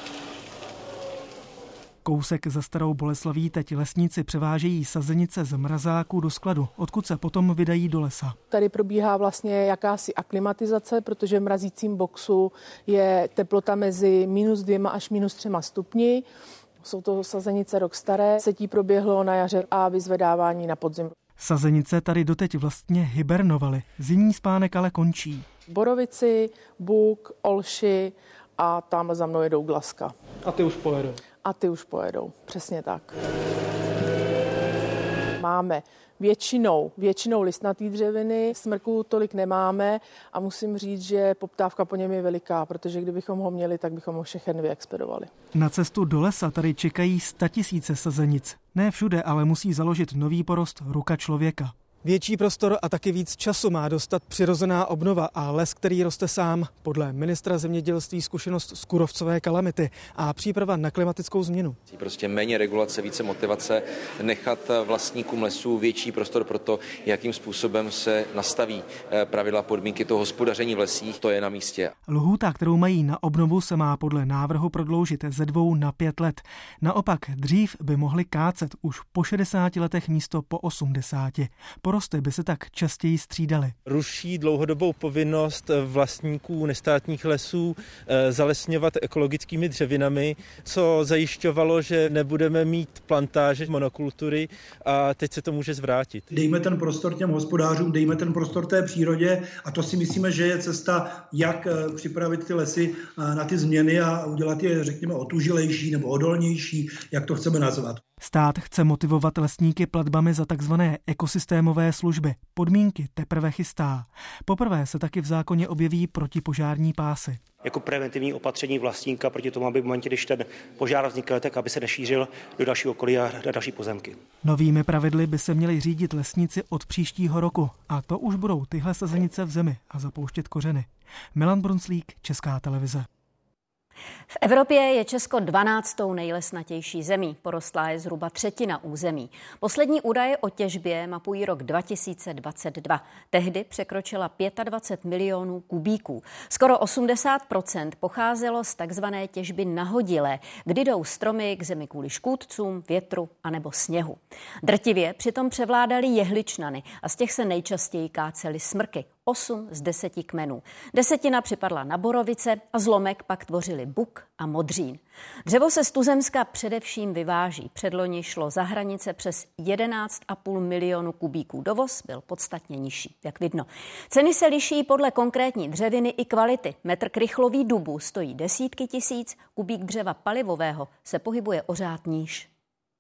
Kousek za Starou Boleslaví teď lesníci převážejí sazenice z mrazáku do skladu, odkud se potom vydají do lesa. Tady probíhá vlastně jakási aklimatizace, protože v mrazícím boxu je teplota mezi minus dvěma až minus třema stupni. Jsou to sazenice rok staré, setí proběhlo na jaře a vyzvedávání na podzim. Sazenice tady doteď vlastně hibernovaly, zimní spánek ale končí. Borovici, buk, olši a tam za mnou jedou glaska. A ty už pojedou. A ty už pojedou, přesně tak. Máme většinou, většinou listnatý dřeviny, smrků tolik nemáme a musím říct, že poptávka po něm je veliká, protože kdybychom ho měli, tak bychom ho všechny vyexpedovali. Na cestu do lesa tady čekají statisíce sazenic. Ne všude, ale musí založit nový porost ruka člověka. Větší prostor a taky víc času má dostat přirozená obnova a les, který roste sám. Podle ministra zemědělství zkušenost z kůrovcové kalamity a příprava na klimatickou změnu. Prostě méně regulace, více motivace, nechat vlastníkům lesů větší prostor pro to, jakým způsobem se nastaví pravidla podmínky toho hospodaření v lesích, to je na místě. Lhůta, kterou mají na obnovu, se má podle návrhu prodloužit ze dvou na pět let. Naopak dřív by mohli kácet už po šedesáti letech místo po osmdesáti. Porosty by se tak častěji střídaly. Ruší dlouhodobou povinnost vlastníků nestátních lesů zalesňovat ekologickými dřevinami, co zajišťovalo, že nebudeme mít plantáže monokultury a teď se to může zvrátit. Dejme ten prostor těm hospodářům, dejme ten prostor té přírodě a to si myslíme, že je cesta, jak připravit ty lesy na ty změny a udělat je, řekněme, otužilejší nebo odolnější, jak to chceme nazvat. Stát chce motivovat lesníky platbami za takzvané ekosystémové služby. Podmínky teprve chystá. Poprvé se taky v zákoně objeví protipožární pásy. Jako preventivní opatření vlastníka proti tomu, aby v momentě, když ten požár vznikl, tak aby se nešířil do dalšího okolí a do další pozemky. Novými pravidly by se měli řídit lesníci od příštího roku. A to už budou tyhle sazenice v zemi a zapouštět kořeny. Milan Brunclík, Česká televize. V Evropě je Česko dvanáctou nejlesnatější zemí. Porostlá je zhruba třetina území. Poslední údaje o těžbě mapují rok dva tisíce dvacet dva. Tehdy překročila dvacet pět milionů kubíků. Skoro osmdesát procent pocházelo z takzvané těžby nahodilé, kdy jdou stromy k zemi kvůli škůdcům, větru anebo sněhu. Drtivě přitom převládaly jehličnany a z těch se nejčastěji kácely smrky. Osm z deseti kmenů. Desetina připadla na borovice a zlomek pak tvořili buk a modřín. Dřevo se z tuzemska především vyváží. Předloni šlo za hranice přes jedenáct a půl milionu kubíků. Dovoz byl podstatně nižší, jak vidno. Ceny se liší podle konkrétní dřeviny i kvality. Metr krychlový dubu stojí desítky tisíc, kubík dřeva palivového se pohybuje o řád níž.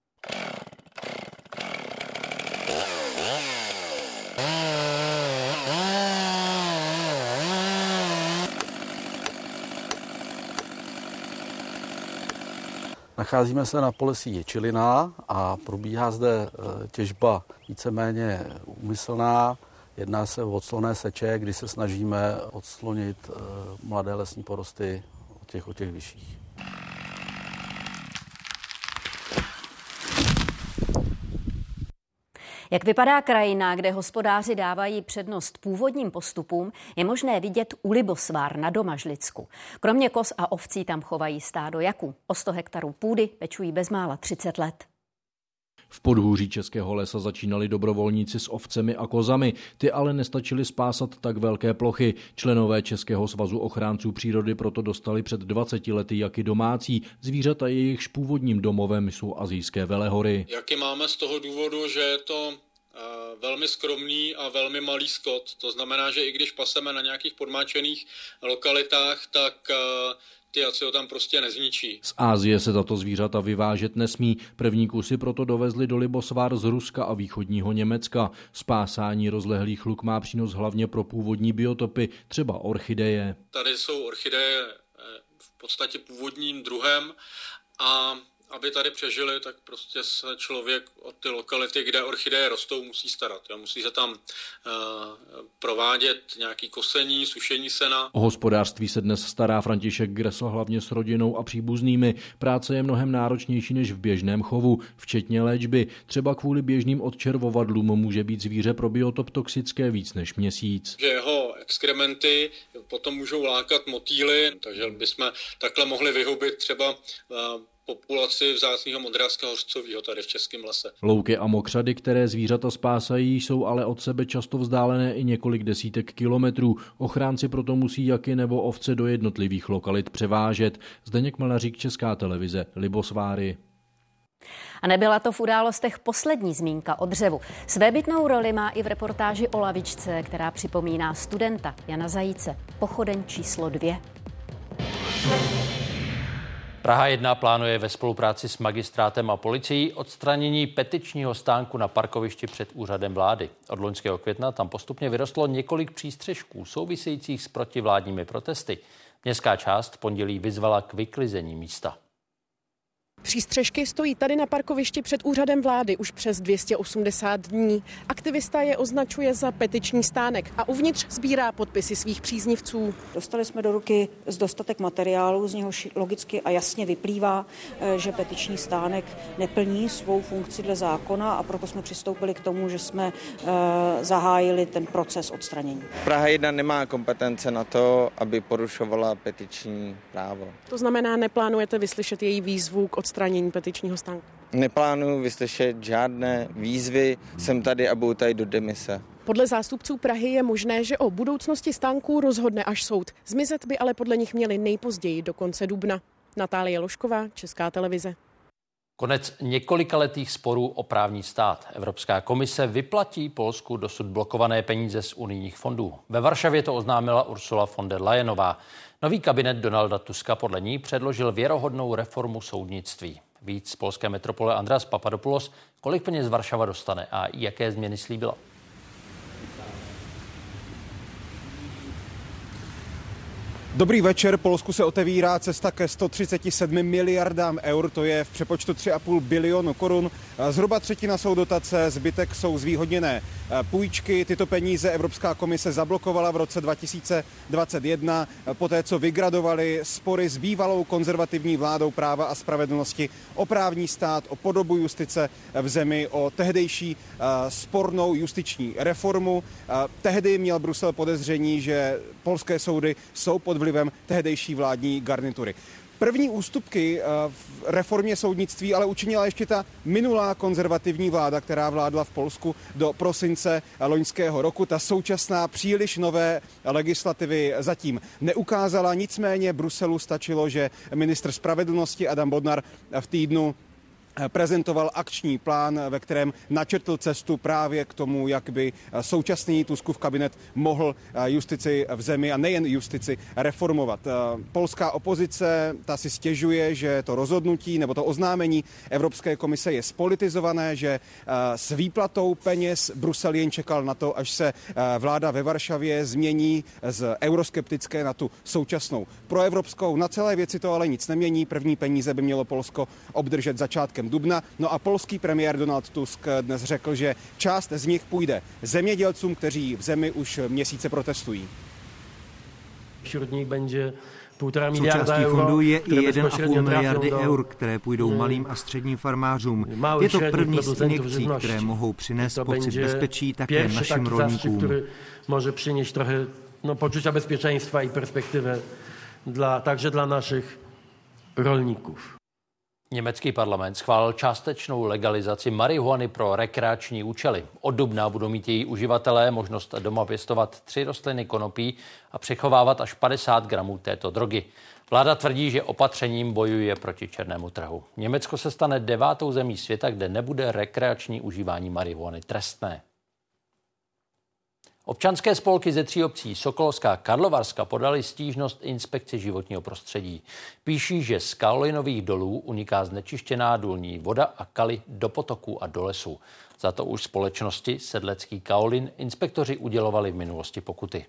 Nacházíme se na Polesí Ječilina a probíhá zde těžba víceméně úmyslná. Jedná se o odslonné seče, kdy se snažíme odslonit mladé lesní porosty od těch, od těch vyšších. Jak vypadá krajina, kde hospodáři dávají přednost původním postupům, je možné vidět u Libosvár na Domažlicku. Kromě koz a ovcí tam chovají stádo jaků. O sto hektarů půdy pečují bezmála třicet let. V podhůří Českého lesa začínali dobrovolníci s ovcemi a kozami, ty ale nestačily spásat tak velké plochy. Členové Českého svazu ochránců přírody proto dostali před dvaceti lety jaky domácí. Zvířata jejichž původním domovem jsou asijské velehory. Jaky máme z toho důvodu, že je to velmi skromný a velmi malý skot. To znamená, že i když paseme na nějakých podmáčených lokalitách, tak ty jaci ho tam prostě nezničí. Z Asie se tato zvířata vyvážet nesmí. První kusy proto dovezli do Libosvár z Ruska a východního Německa. Spásání rozlehlých luk má přínos hlavně pro původní biotopy, třeba orchideje. Tady jsou orchideje v podstatě původním druhem a aby tady přežili, tak prostě se člověk od ty lokality, kde orchideje rostou, musí starat. Jo. Musí se tam uh, provádět nějaké kosení, sušení sena. O hospodářství se dnes stará František Gresl hlavně s rodinou a příbuznými. Práce je mnohem náročnější než v běžném chovu, včetně léčby. Třeba kvůli běžným odčervovadlům může být zvíře pro biotop toxické víc než měsíc. Že jeho exkrementy potom můžou lákat motýly, takže bychom takhle mohli vyhubit třeba uh, populaci vzácného modrázka hořcového tady v Českém lese. Louky a mokřady, které zvířata spásají, jsou ale od sebe často vzdálené i několik desítek kilometrů. Ochránci proto musí jaky nebo ovce do jednotlivých lokalit převážet. Zdeněk Melařík, Česká televize, Libosváry. A nebyla to v Událostech poslední zmínka o dřevu. Svébytnou roli má i v reportáži o lavičce, která připomíná studenta Jana Zajíce. Pochodeň číslo dvě. Praha jedna plánuje ve spolupráci s magistrátem a policií odstranění petičního stánku na parkovišti před úřadem vlády. Od loňského května tam postupně vyrostlo několik přístřešků souvisejících s protivládními protesty. Městská část v pondělí vyzvala k vyklizení místa. Přístřešky stojí tady na parkovišti před úřadem vlády už přes dvě stě osmdesát dní. Aktivista je označuje za petiční stánek a uvnitř sbírá podpisy svých příznivců. Dostali jsme do ruky z dostatek materiálu, z něhož logicky a jasně vyplývá, že petiční stánek neplní svou funkci dle zákona a proto jsme přistoupili k tomu, že jsme zahájili ten proces odstranění. Praha jedna nemá kompetence na to, aby porušovala petiční právo. To znamená, neplánujete vyslyšet její výzvu k odstranění petičního stánku? Neplánuju vyslyšet žádné výzvy, jsem tady a budu tady do demise. Podle zástupců Prahy je možné, že o budoucnosti stánků rozhodne až soud. Zmizet by ale podle nich měli nejpozději do konce dubna. Natálie Lošková, Česká televize. Konec několikaletých sporů o právní stát. Evropská komise vyplatí Polsku dosud blokované peníze z unijních fondů. Ve Varšavě to oznámila Ursula von der Leyenová. Nový kabinet Donalda Tuska podle ní předložil věrohodnou reformu soudnictví. Víc z polské metropole Andreas Papadopoulos, kolik peněz Varšava dostane a jaké změny slíbila. Dobrý večer, Polsku se otevírá cesta ke sto třicet sedm miliardám eur, to je v přepočtu tři a půl bilionu korun. Zhruba třetina jsou dotace, zbytek jsou zvýhodněné půjčky. Tyto peníze Evropská komise zablokovala v roce dva tisíce dvacet jedna, poté co vygradovali spory s bývalou konzervativní vládou Práva a spravedlnosti o právní stát, o podobu justice v zemi, o tehdejší spornou justiční reformu. Tehdy měl Brusel podezření, že polské soudy jsou pod vlivem tehdejší vládní garnitury. První ústupky v reformě soudnictví ale učinila ještě ta minulá konzervativní vláda, která vládla v Polsku do prosince loňského roku. Ta současná příliš nové legislativy zatím neukázala, nicméně Bruselu stačilo, že ministr spravedlnosti Adam Bodnar v týdnu prezentoval akční plán, ve kterém načrtl cestu právě k tomu, jak by současný Tuskův kabinet mohl justici v zemi a nejen justici reformovat. Polská opozice ta si stěžuje, že to rozhodnutí nebo to oznámení Evropské komise je spolitizované, že s výplatou peněz Brusel jen čekal na to, až se vláda ve Varšavě změní z euroskeptické na tu současnou proevropskou. Na celé věci to ale nic nemění. První peníze by mělo Polsko obdržet začátkem dubna. No a polský premiér Donald Tusk dnes řekl, že část z nich půjde zemědělcům, kteří v zemi už měsíce protestují. Wśród nich będzie półtora miliarda Součástí fondu je i jeden a půl miliardy eur, které půjdou malým a středním farmářům. Je to první z injekcí, které mohou přinést pocit bezpečí také našim rolníkům. Který může přinést trochę no, poczucia bezpieczeństwa i perspektywę dla, także dla naszych rolników. Německý parlament schválil částečnou legalizaci marihuany pro rekreační účely. Od dubna budou mít její uživatelé možnost doma pěstovat tři rostliny konopí a přechovávat až padesát gramů této drogy. Vláda tvrdí, že opatřením bojuje proti černému trhu. Německo se stane devátou zemí světa, kde nebude rekreační užívání marihuany trestné. Občanské spolky ze tří obcí Sokolovská a Karlovarska podali stížnost inspekci životního prostředí. Píší, že z kaolinových dolů uniká znečištěná důlní voda a kaly do potoků a do lesů. Za to už společnosti Sedlecký kaolin inspektoři udělovali v minulosti pokuty.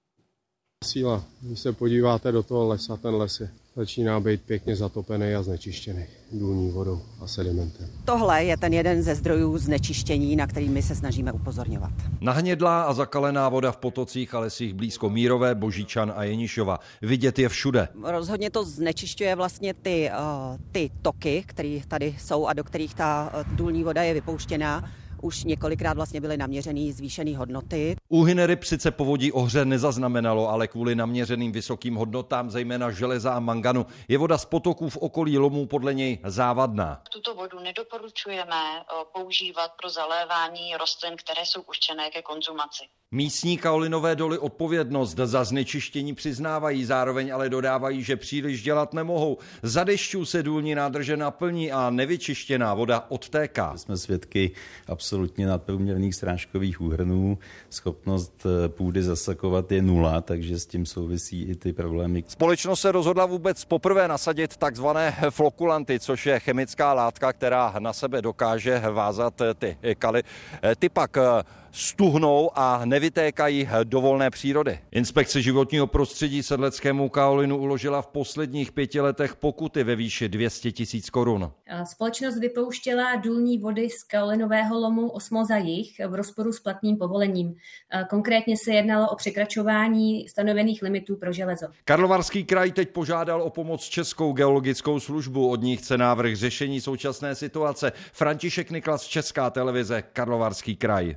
Síla, když se podíváte do toho lesa, ten les je, začíná být pěkně zatopený a znečištěný důlní vodou a sedimentem. Tohle je ten jeden ze zdrojů znečištění, na který my se snažíme upozorňovat. Nahnědlá a zakalená voda v potocích a lesích blízko Mírové, Božičan a Jenišova. Vidět je všude. Rozhodně to znečišťuje vlastně ty, ty toky, které tady jsou a do kterých ta důlní voda je vypouštěná. Už několikrát vlastně byly naměřený zvýšený hodnoty. Úhyny ryb sice povodí ohře nezaznamenalo, ale kvůli naměřeným vysokým hodnotám, zejména železa a manganu, je voda z potoků v okolí lomů podle něj závadná. Tuto vodu nedoporučujeme používat pro zalévání rostlin, které jsou určené ke konzumaci. Místní kaolinové doly odpovědnost za znečištění přiznávají, zároveň ale dodávají, že příliš dělat nemohou. Za dešťů se důlní nádrže naplní a nevyčištěná voda odtéká. Jsme svědky absolutně nadprůměrných srážkových úhrnů. Schopnost půdy zasakovat je nula, takže s tím souvisí i ty problémy. Společnost se rozhodla vůbec poprvé nasadit takzvané flokulanty, což je chemická látka, která na sebe dokáže vázat ty kaly. Ty pak stuhnou a nevytékají do volné přírody. Inspekce životního prostředí Sedleckému kaolinu uložila v posledních pěti letech pokuty ve výši dvě stě tisíc korun. Společnost vypouštěla důlní vody z kaolinového lomu Osmoza Jih v rozporu s platným povolením. Konkrétně se jednalo o překračování stanovených limitů pro železo. Karlovarský kraj teď požádal o pomoc Českou geologickou službu. Od ní chce návrh řešení současné situace. František Niklas, Česká televize, Karlovarský kraj.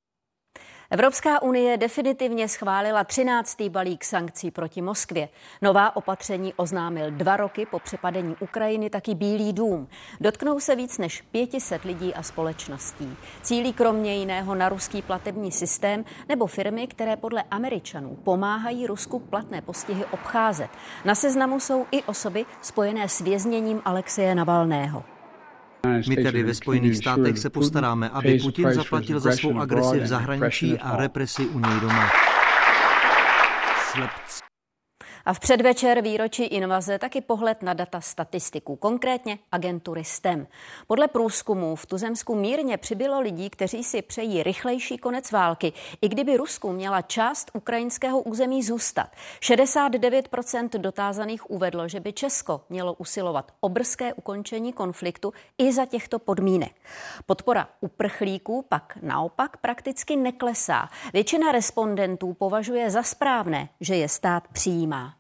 Evropská unie definitivně schválila třináctý balík sankcí proti Moskvě. Nová opatření oznámil dva roky po přepadení Ukrajiny taky Bílý dům. Dotknou se víc než pět set lidí a společností. Cílí kromě jiného na ruský platební systém nebo firmy, které podle Američanů pomáhají Rusku platné postihy obcházet. Na seznamu jsou i osoby spojené s vězněním Alexeje Navalného. My tedy ve Spojených státech se postaráme, aby Putin zaplatil za svou agresi v zahraničí a represi u něj doma. Slepci. A v předvečer výročí invaze taky pohled na data statistiků, konkrétně agentury S T E M. Podle průzkumů v tuzemsku mírně přibylo lidí, kteří si přejí rychlejší konec války, i kdyby Rusku měla část ukrajinského území zůstat. šedesát devět procent dotázaných uvedlo, že by Česko mělo usilovat o brzké ukončení konfliktu i za těchto podmínek. Podpora uprchlíků pak naopak prakticky neklesá. Většina respondentů považuje za správné, že je stát přijímá.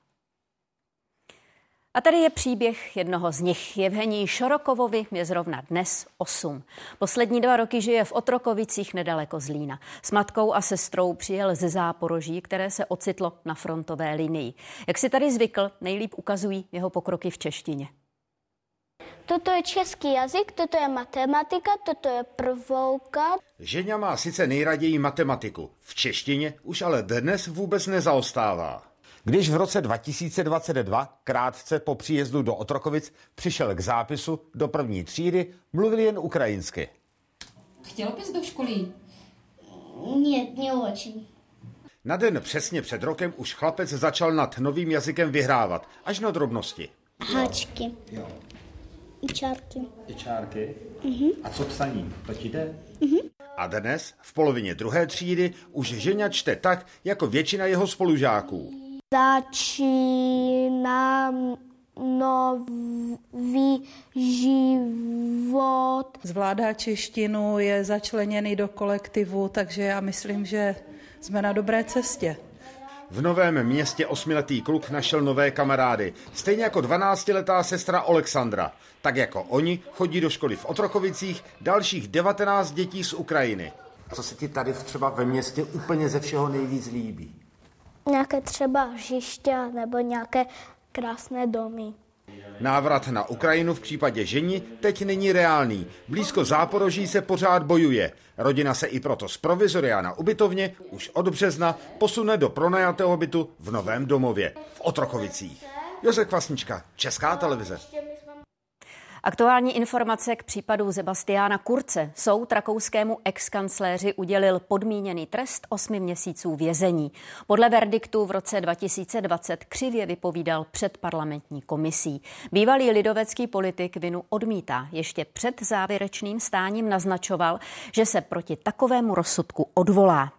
A tady je příběh jednoho z nich. Jevhenii Šorokovovi je zrovna dnes osm. Poslední dva roky žije v Otrokovicích nedaleko Zlína. S matkou a sestrou přijel ze Záporoží, které se ocitlo na frontové linii. Jak si tady zvykl, nejlíp ukazují jeho pokroky v češtině. Toto je český jazyk, toto je matematika, toto je prvouka. Ženя má sice nejraději matematiku, v češtině už ale dnes vůbec nezaostává. Když v roce dva tisíce dvacet dva, krátce po příjezdu do Otrokovic, přišel k zápisu do první třídy, mluvil jen ukrajinsky. Chtěl bys do školy? Ne, ne очень. Na den přesně před rokem už chlapec začal nad novým jazykem vyhrávat, až na drobnosti. Háčky. Jo. I čárky. I čárky? Uh-huh. A co psaní? To ti jde? Uh-huh. A dnes, v polovině druhé třídy, už Ženя čte tak, jako většina jeho spolužáků. Začínám nový život. Zvládá češtinu, je začleněný do kolektivu, takže já myslím, že jsme na dobré cestě. V Novém Městě osmiletý kluk našel nové kamarády, stejně jako dvanáctiletá sestra Alexandra. Tak jako oni chodí do školy v Otrokovicích dalších devatenáct dětí z Ukrajiny. Co se ti tady třeba ve městě úplně ze všeho nejvíc líbí? Nějaké třeba hřiště nebo nějaké krásné domy. Návrat na Ukrajinu v případě ženi teď není reálný. Blízko Záporoží se pořád bojuje. Rodina se i proto z provizoria na ubytovně už od března posune do pronajatého bytu v Novém domově v Otrokovicích. Josef Kvasnička, Česká televize. Aktuální informace k případu Sebastiana Kurze. Soud rakouskému exkancléři udělil podmíněný trest osmi měsíců vězení. Podle verdiktu v roce dva tisíce dvacet křivě vypovídal před parlamentní komisí. Bývalý lidovecký politik vinu odmítá. Ještě před závěrečným stáním naznačoval, že se proti takovému rozsudku odvolá.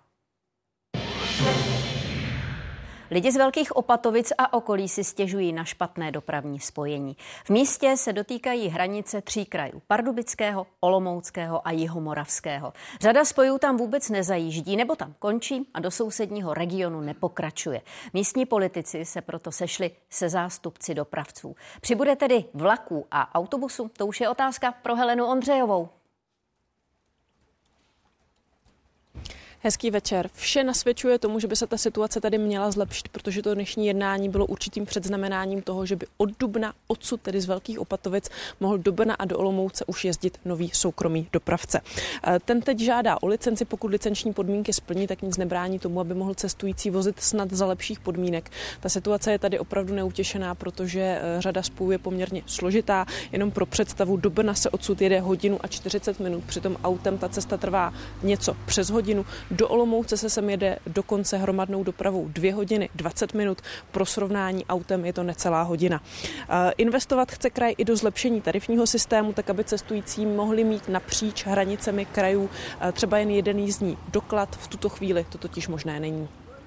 Lidi z Velkých Opatovic a okolí si stěžují na špatné dopravní spojení. V místě se dotýkají hranice tří krajů: Pardubického, Olomouckého a Jihomoravského. Řada spojů tam vůbec nezajíždí nebo tam končí a do sousedního regionu nepokračuje. Místní politici se proto sešli se zástupci dopravců. Přibude tedy vlaků a autobusů? To už je otázka pro Helenu Ondřejovou. Hezký večer. Vše nasvědčuje tomu, že by se ta situace tady měla zlepšit, protože to dnešní jednání bylo určitým předznamenáním toho, že by od dubna odsud, tedy z Velkých Opatovic, mohl do Brna a do Olomouce už jezdit nový soukromý dopravce. Ten teď žádá o licenci, pokud licenční podmínky splní, tak nic nebrání tomu, aby mohl cestující vozit snad za lepších podmínek. Ta situace je tady opravdu neutěšená, protože řada spojů je poměrně složitá. Jenom pro představu, do Brna se odsud jede hodinu a čtyřicet minut, přitom autem ta cesta trvá něco přes hodinu. Do Olomouce se sem jede dokonce hromadnou dopravou dvě hodiny dvacet minut. Pro srovnání autem je to necelá hodina. Investovat chce kraj i do zlepšení tarifního systému, tak aby cestující mohli mít napříč hranicemi krajů třeba jen jeden jízdní doklad. V tuto chvíli to totiž možné není.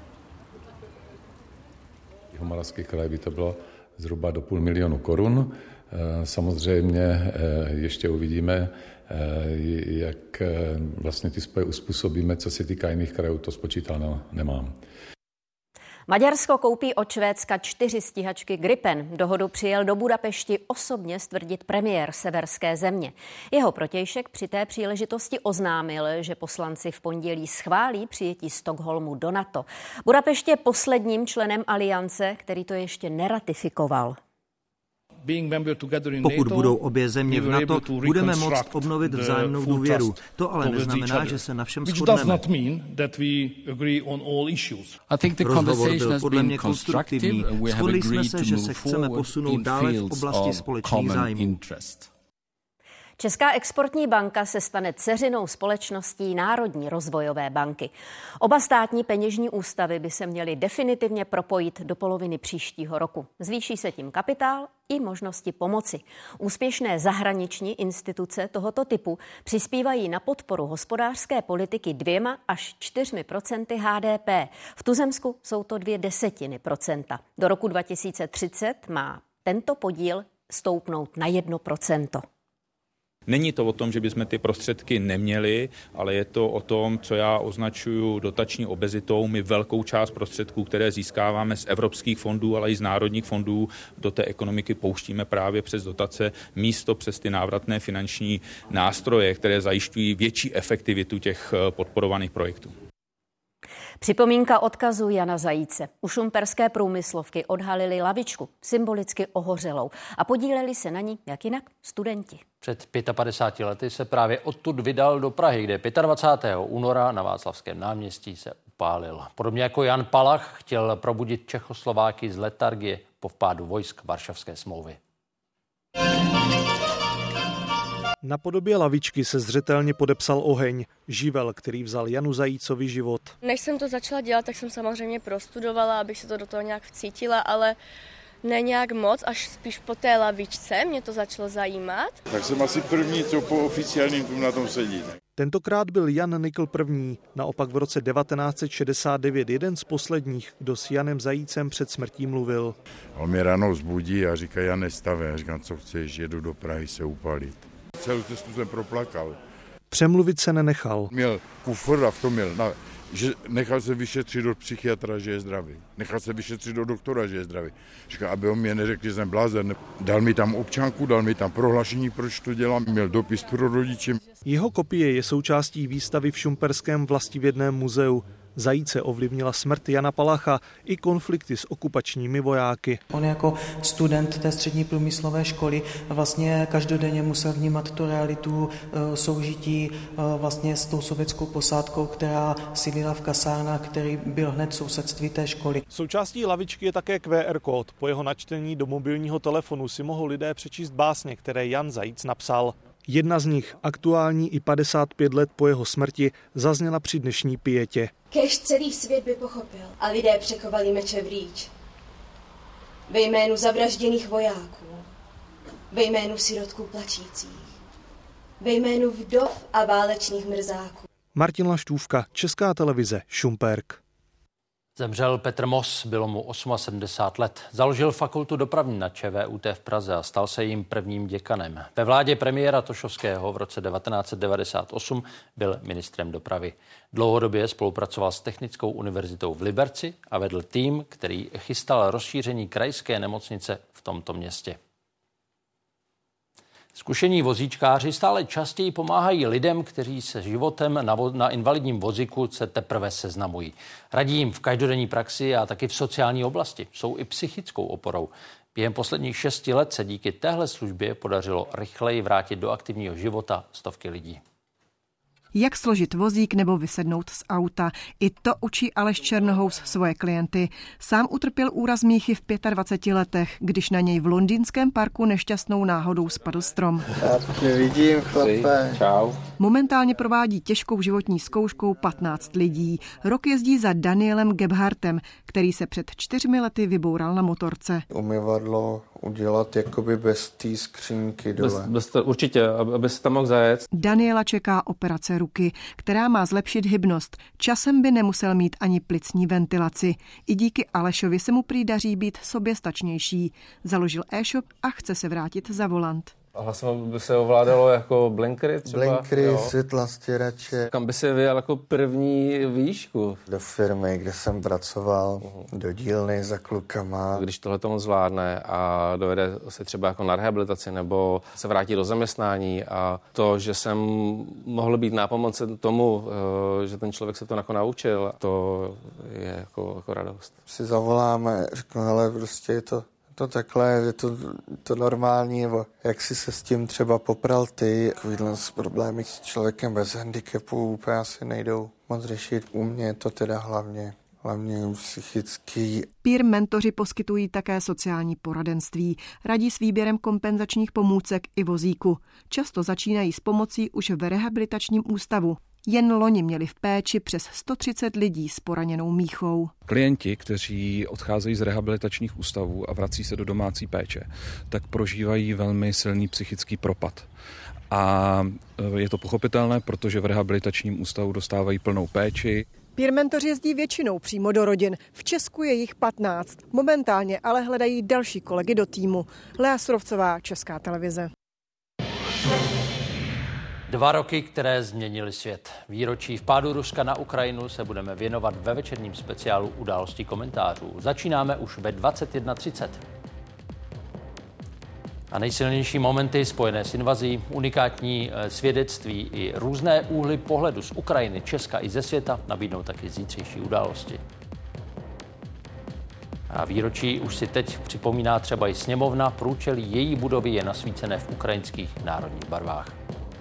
Jihomoravský kraj by to bylo zhruba do půl milionu korun. Samozřejmě ještě uvidíme, jak vlastně ty spoje uspůsobíme, co se týká jiných krajů, to spočítáno nemám. Maďarsko koupí od Švédska čtyři stíhačky Gripen. Dohodu přijel do Budapešti osobně stvrdit premiér severské země. Jeho protějšek při té příležitosti oznámil, že poslanci v pondělí schválí přijetí Stockholmu do NATO. Budapešť je posledním členem aliance, který to ještě neratifikoval. Pokud budou obě země v NATO, budeme moct obnovit vzájemnou důvěru. To ale neznamená, že se na všem shodneme. Rozhovor byl podle mě konstruktivní. Shodli jsme se, že se chceme posunout dále v oblasti společných zájmů. Česká exportní banka se stane dceřinou společností Národní rozvojové banky. Oba státní peněžní ústavy by se měly definitivně propojit do poloviny příštího roku. Zvýší se tím kapitál i možnosti pomoci. Úspěšné zahraniční instituce tohoto typu přispívají na podporu hospodářské politiky dvěma až čtyřmi procenty H D P. V tuzemsku jsou to dvě desetiny procenta. Do roku dva tisíce třicet má tento podíl stoupnout na jedno procento. Není to o tom, že bychom ty prostředky neměli, ale je to o tom, co já označuju dotační obezitou. My velkou část prostředků, které získáváme z evropských fondů, ale i z národních fondů, do té ekonomiky pouštíme právě přes dotace, místo přes ty návratné finanční nástroje, které zajišťují větší efektivitu těch podporovaných projektů. Připomínka odkazu Jana Zajíce. U šumperské průmyslovky odhalili lavičku, symbolicky ohořelou, a podíleli se na ní, jak jinak, studenti. Před padesát pěti lety se právě odtud vydal do Prahy, kde dvacátého pátého února na Václavském náměstí se upálil. Podobně jako Jan Palach chtěl probudit Čechoslováky z letargie po vpádu vojsk Varšavské smlouvy. Na podobě lavičky se zřetelně podepsal oheň, živel, který vzal Janu Zajícovi život. Než jsem to začala dělat, tak jsem samozřejmě prostudovala, abych se to do toho nějak vcítila, ale ne nějak moc, až spíš po té lavičce mě to začalo zajímat. Tak jsem asi první, co po oficiálním tu na tom sedí. Tentokrát byl Jan Nykl první, naopak v roce devatenáct set šedesát devět jeden z posledních, kdo s Janem Zajícem před smrtí mluvil. On mě ráno vzbudí a říká, Jan, nestave. Já říkám, co chceš, jedu do Prahy se upalit. Celou cestu jsem proplakal. Přemluvit se nenechal. Měl kufr a v tom měl, na, že nechal se vyšetřit do psychiatra, že je zdravý. Nechal se vyšetřit do doktora, že je zdravý. Říká, aby on mě neřekl, že jsem blázen. Dal mi tam občanku, dal mi tam prohlášení, proč to dělám. Měl dopis pro rodiče. Jeho kopie je součástí výstavy v šumperském vlastivědném muzeu. Zajíce ovlivnila smrt Jana Palacha i konflikty s okupačními vojáky. On jako student té střední průmyslové školy vlastně každodenně musel vnímat tu realitu soužití vlastně s tou sovětskou posádkou, která sídlila v kasárnách, který byl hned v sousedství té školy. Součástí lavičky je také Q R kód. Po jeho načtení do mobilního telefonu si mohou lidé přečíst básně, které Jan Zajíc napsal. Jedna z nich, aktuální i padesát pět let po jeho smrti, zazněla při dnešní pietě. Kéž celý svět by pochopil a lidé překovali meče v rýč. Ve jménu zavražděných vojáků, ve jménu sirotků plačících, ve jménu vdov a válečných mrzáků. Martin Laštůvka, Česká televize, Šumperk. Zemřel Petr Moss, bylo mu sedmdesát osm let. Založil fakultu dopravní na ČVUT v Praze a stal se jím prvním děkanem. Ve vládě premiéra Tošovského v roce devatenáct set devadesát osm byl ministrem dopravy. Dlouhodobě spolupracoval s Technickou univerzitou v Liberci a vedl tým, který chystal rozšíření krajské nemocnice v tomto městě. Zkušení vozíčkáři stále častěji pomáhají lidem, kteří se životem na, vo- na invalidním vozíku se teprve seznamují. Radí jim v každodenní praxi a taky v sociální oblasti. Jsou i psychickou oporou. Během posledních šesti let se díky téhle službě podařilo rychleji vrátit do aktivního života stovky lidí. Jak složit vozík nebo vysednout z auta. I to učí Aleš Černohous svoje klienty. Sám utrpěl úraz míchy v dvaceti pěti letech, když na něj v londýnském parku nešťastnou náhodou spadl strom. Já tě vidím, chlape. Čau. Momentálně provádí těžkou životní zkouškou patnáct lidí. Rok jezdí za Danielem Gebhardtem, který se před čtyřmi lety vyboural na motorce. Umyvadlo udělat jakoby bez té skřínky dole. Bez, bez to, určitě, aby se tam mohl zajet. Daniela čeká operace ruky, která má zlepšit hybnost. Časem by nemusel mít ani plicní ventilaci. I díky Alešovi se mu prý daří být soběstačnější. Založil e-shop a chce se vrátit za volant. A hlasem by se ovládalo jako blinkery třeba? Blinkery, světla, stěrače. Kam by se vyjel jako první výšku? Do firmy, kde jsem pracoval, uh-huh. do dílny za klukama. Když tohle tomu zvládne a dojde se třeba jako na rehabilitaci nebo se vrátí do zaměstnání a to, že jsem mohl být nápomocen tomu, že ten člověk se to nakonec naučil, to je jako, jako radost. Si zavoláme, řeknu, hele, prostě je to to takhle, je to, to normální, nebo jak si se s tím třeba popral ty. Takovýhle problémy s člověkem bez handicapu úplně asi nejdou moc řešit. U mě to teda hlavně, hlavně psychický. Peer mentoři poskytují také sociální poradenství. Radí s výběrem kompenzačních pomůcek i vozíku. Často začínají s pomocí už v rehabilitačním ústavu. Jen loni měli v péči přes sto třicet lidí s poraněnou míchou. Klienti, kteří odcházejí z rehabilitačních ústavů a vrací se do domácí péče, tak prožívají velmi silný psychický propad. A je to pochopitelné, protože v rehabilitačním ústavu dostávají plnou péči. Peer mentoři jezdí většinou přímo do rodin. V Česku je jich patnáct. Momentálně ale hledají další kolegy do týmu. Lea Surovcová, Česká televize. Dva roky, které změnily svět. Výročí vpádu Ruska na Ukrajinu se budeme věnovat ve večerním speciálu Událostí komentářů. Začínáme už ve dvacet jedna třicet. A nejsilnější momenty spojené s invazí, unikátní svědectví i různé úhly pohledu z Ukrajiny, Česka i ze světa nabídnou taky zítřejší události. A výročí už si teď připomíná třeba i sněmovna, průčelí její budovy je nasvícené v ukrajinských národních barvách.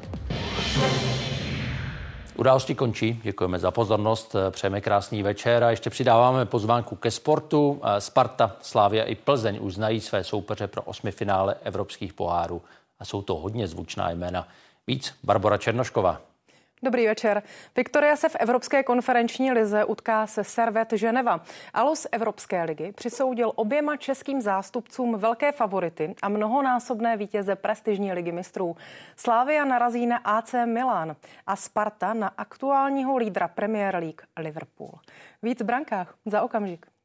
Události končí, děkujeme za pozornost, přejeme krásný večer a ještě přidáváme pozvánku ke sportu. Sparta, Slavia i Plzeň už znají své soupeře pro osmifinále evropských pohárů a jsou to hodně zvučná jména. Víc Barbora Černošková. Dobrý večer. Viktoria se v Evropské konferenční lize utká se Servette Ženeva. Alos Evropské ligy přisoudil oběma českým zástupcům velké favority a mnohonásobné vítěze prestižní ligy mistrů. Slavia narazí na A C Milan a Sparta na aktuálního lídra Premier League Liverpool. Víc v brankách za okamžik.